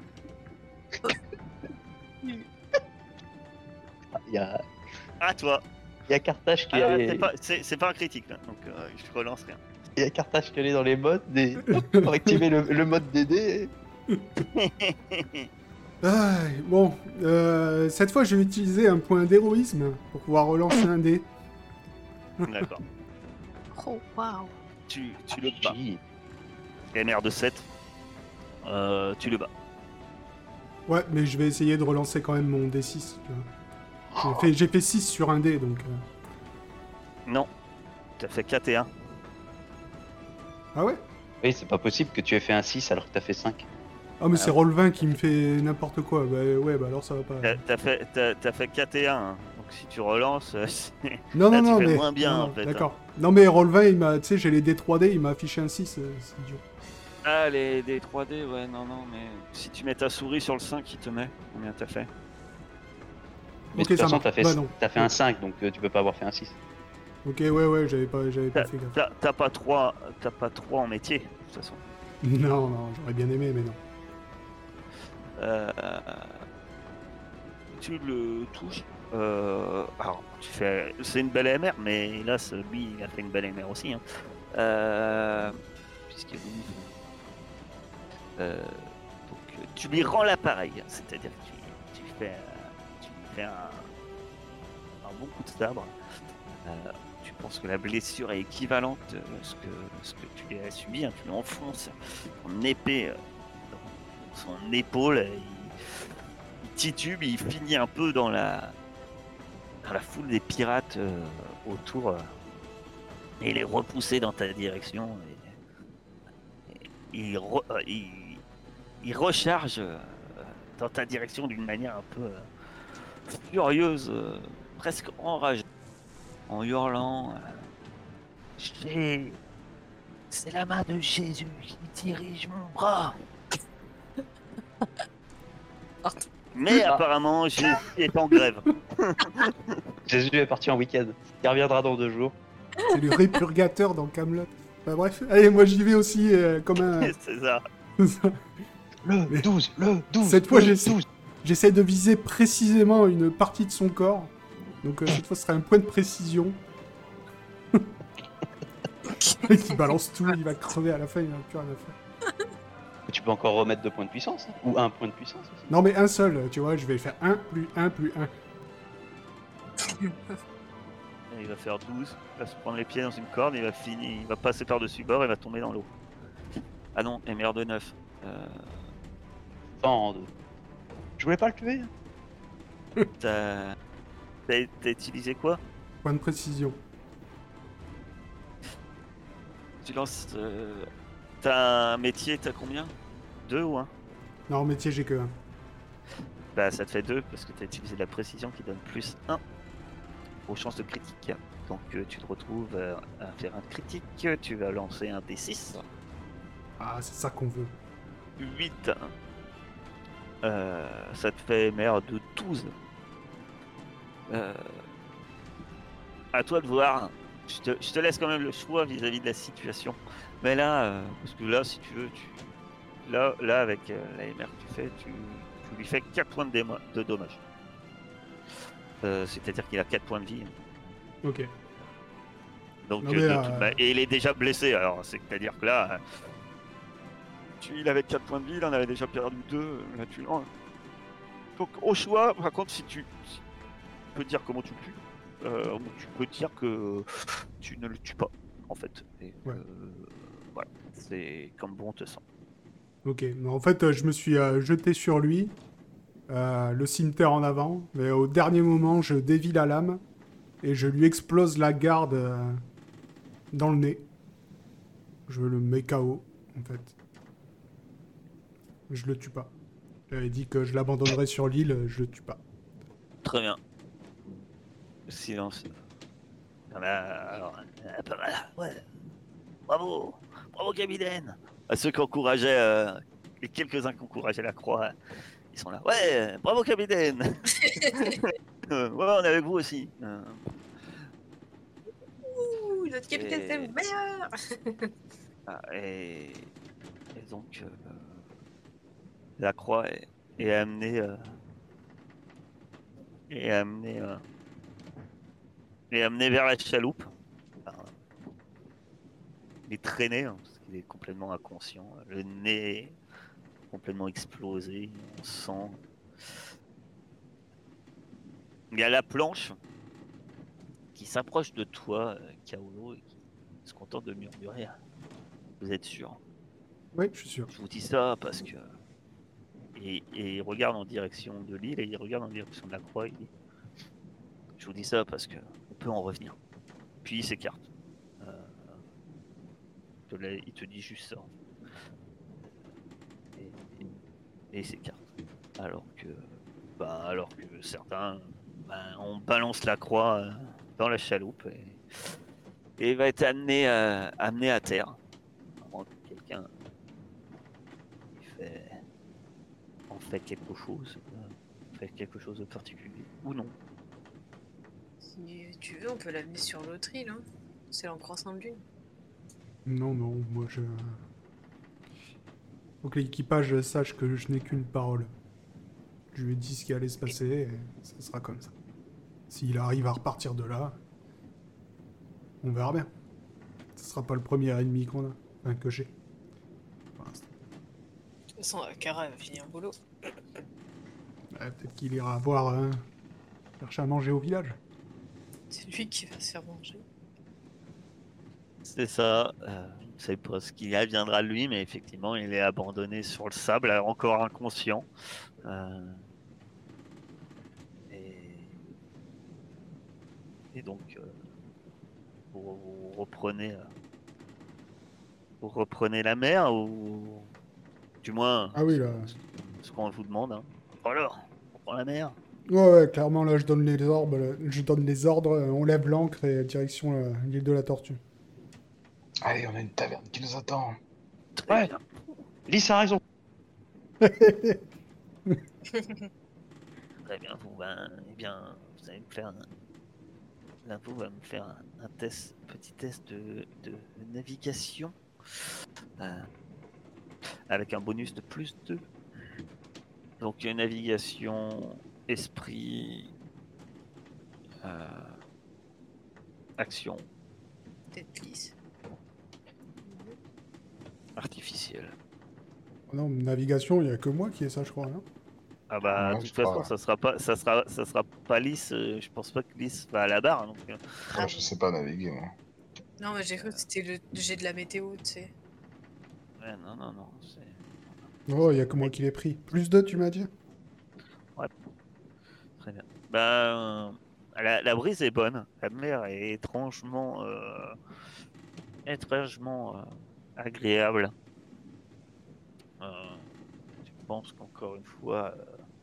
Il y a, À toi. il y a Carthage qui Alors, est... c'est pas un critique, là, donc je relance rien. Il y a Carthage qui est dans les modes pour activer le mode DD. Ah, bon, cette fois, je vais utiliser un point d'héroïsme pour pouvoir relancer un dé. D'accord. Oh, waouh. Tu le bats. Gee. MR de 7. Tu le bats. Ouais, mais je vais essayer de relancer quand même mon D6. Tu vois. J'ai fait 6 sur un dé, donc... Non. Tu as fait 4 et 1. Ah ouais? Oui, c'est pas possible que tu aies fait un 6 alors que t'as fait 5. Ah, mais c'est Roll20 qui me fait n'importe quoi. Bah ouais, bah alors ça va pas. T'as fait 4 et 1. Hein. Donc si tu relances, Non, là, non, tu non, fais mais... moins bien, non, en fait. D'accord. Non, mais Roll20, il m'a... Tu sais, j'ai les D3D, il m'a affiché un 6, c'est idiot. Ah, les 3D, ouais, non, mais si tu mets ta souris sur le 5, il te met. Combien t'as fait? Mais Ok, de toute ça façon, marche. t'as fait, Bah non. t'as fait un 5, donc tu peux pas avoir fait un 6. Ok, ouais, j'avais pas fait gaffe. T'as pas 3 en métier, de toute façon. Non, j'aurais bien aimé, mais non. Tu le touches. Alors, c'est une belle MR, mais là, lui, il a fait une belle MR aussi. Hein. Puisqu'il est donc, tu lui rends l'appareil, c'est-à-dire que tu lui fais un bon coup de sabre. Tu penses que la blessure est équivalente à ce que tu lui as subi. Hein. Tu lui enfonces ton épée dans son épaule. Il titube, il finit un peu dans la foule des pirates autour. Et il est repoussé dans ta direction. Et il recharge dans ta direction d'une manière un peu furieuse, presque enragée, en hurlant c'est la main de Jésus qui dirige mon bras. Mais apparemment, Jésus est en grève. Jésus est parti en week-end. Il reviendra dans 2 jours. C'est le répurgateur dans Camelot. Bah bref, allez, moi j'y vais aussi comme un... C'est ça. Le 12, le 12. Cette fois, le j'essaie de viser précisément une partie de son corps. Donc cette fois, ce sera un point de précision. Il balance tout, il va crever à la fin, il va plus rien à faire. Tu peux encore remettre 2 points de puissance. Hein, ou 1 point de puissance aussi. Non, mais un seul, tu vois, je vais faire 1 plus 1 plus 1. Il va faire 12, il va se prendre les pieds dans une corde, il va passer par-dessus bord et va tomber dans l'eau. Ah non, MR de 9. Je voulais pas le tuer. T'as utilisé quoi? Point de précision. Tu lances... T'as un métier, t'as combien? 2 ou 1? Non, métier, j'ai que 1. Bah ça te fait 2 parce que t'as utilisé de la précision qui donne plus 1 aux chances de critique. Donc tu te retrouves à faire un critique, tu vas lancer un D6. Ah, c'est ça qu'on veut. 8. Ça te fait MR de 12. À toi de voir je te laisse quand même le choix vis-à-vis de la situation. Mais là, parce que là, si tu veux, là avec la MR que tu fais, tu lui fais 4 points de dommage. C'est-à-dire qu'il a 4 points de vie. Ok. Donc, Non, mais, et il est déjà blessé. Alors, c'est-à-dire que là, il avait 4 points de vie, il en avait déjà perdu 2. Là, donc, au choix, par contre, si tu peux dire comment tu le tues, tu peux dire que tu ne le tues pas, en fait. Et, Ouais. voilà, c'est comme bon te semble. Ok. Mais en fait, je me suis jeté sur lui, le cimeterre en avant, mais au dernier moment, je dévie la lame et je lui explose la garde dans le nez. Je le mets KO, en fait. Je le tue pas. J'avais dit que je l'abandonnerais sur l'île, je le tue pas. Très bien. Silence. Alors, pas mal. Ouais. Bravo. Bravo, Capitaine. À ceux qui encourageaient, les quelques-uns qui encourageaient la croix, ils sont là. Ouais, bravo, Capitaine. Ouais, on est avec vous aussi. Ouh, notre capitaine, c'est le Et, meilleur. et donc, la croix est amenée, est amenée, est amenée vers la chaloupe. Alors, il est traîné, hein, parce qu'il est complètement inconscient. Le nez complètement explosé, on sent. Il y a la planche qui s'approche de toi, Kaolo, et qui se contente de murmurer. Vous êtes sûr? Oui, je suis sûr. Je vous dis ça parce que. Et il regarde en direction de l'île et il regarde en direction de la croix. Il dit, je vous dis ça parce que on peut en revenir. Puis il s'écarte. Euh, il te dit juste ça. Et, et il s'écarte. Alors que certains, on balance la croix dans la chaloupe et il va être amené à terre. Avant que quelqu'un fait, en fait quelque chose de particulier ou non. Si tu veux, on peut l'amener sur l'autre île. Hein. C'est en croissant de lune. Non, non, moi je... Faut que l'équipage sache que je n'ai qu'une parole. Je lui ai dit ce qui allait se passer et ça sera comme ça. S'il arrive à repartir de là, on verra bien. Ce sera pas le premier ennemi qu'on a, enfin que j'ai. Pour l'instant. De toute façon, Kara va finir le boulot. Ouais, peut-être qu'il ira voir chercher à manger au village. C'est lui qui va se faire manger. C'est ça. Vous savez pas ce qui adviendra de lui, mais effectivement, il est abandonné sur le sable, encore inconscient. Et donc, vous reprenez la mer ou du moins Ah oui, là. ce qu'on vous demande. Hein. Alors, on prend la mer. Ouais, ouais, clairement, là, je donne les ordres, on lève l'ancre et direction l'île de la Tortue. Allez, on a une taverne qui nous attend. Très Ouais. bien. Lys a raison. Très bien. Eh bien, vous allez me faire L'info va me faire un petit test de navigation avec un bonus de plus 2. Donc navigation, esprit, action Peut-être lisse. artificielle. Oh non, navigation, il n'y a que moi qui ai ça, je crois. Hein. Ah bah Ouais, de je toute façon crois, ça sera pas lisse. Je pense pas que lisse va à la barre. Donc, ouais, je sais pas naviguer, moi. Non, mais j'ai cru que c'était le jet de la météo, tu sais. ouais, non. Oh, il n'y a que moi qui l'ai pris. Plus 2, tu m'as dit? Très bien. Bah, la brise est bonne. La mer est étrangement agréable. Je pense qu'encore une fois,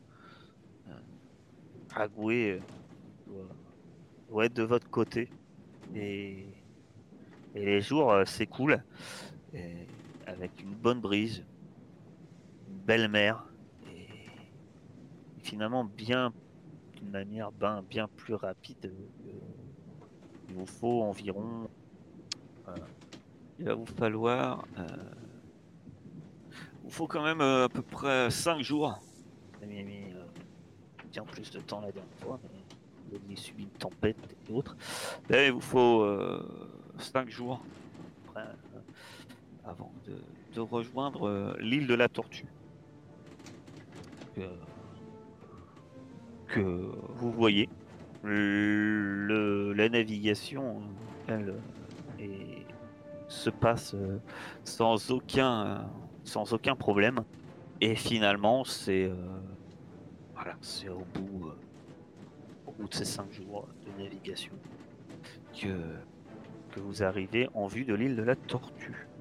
Ragoué doit être de votre côté. Et, et les jours s'écoulent et avec une bonne brise, une belle mer et finalement bien d'une manière bien plus rapide Il vous faut environ... il va vous falloir... il vous faut quand même à peu près 5 jours. Vous avez mis bien plus de temps la dernière fois, mais vous avez subi une tempête et autres. Là, il vous faut 5 jours après, avant de rejoindre l'île de la Tortue. Que vous voyez. La navigation, elle, se passe sans aucun problème. Et finalement, c'est c'est au bout de ces 5 jours de navigation que vous arrivez en vue de l'île de la Tortue.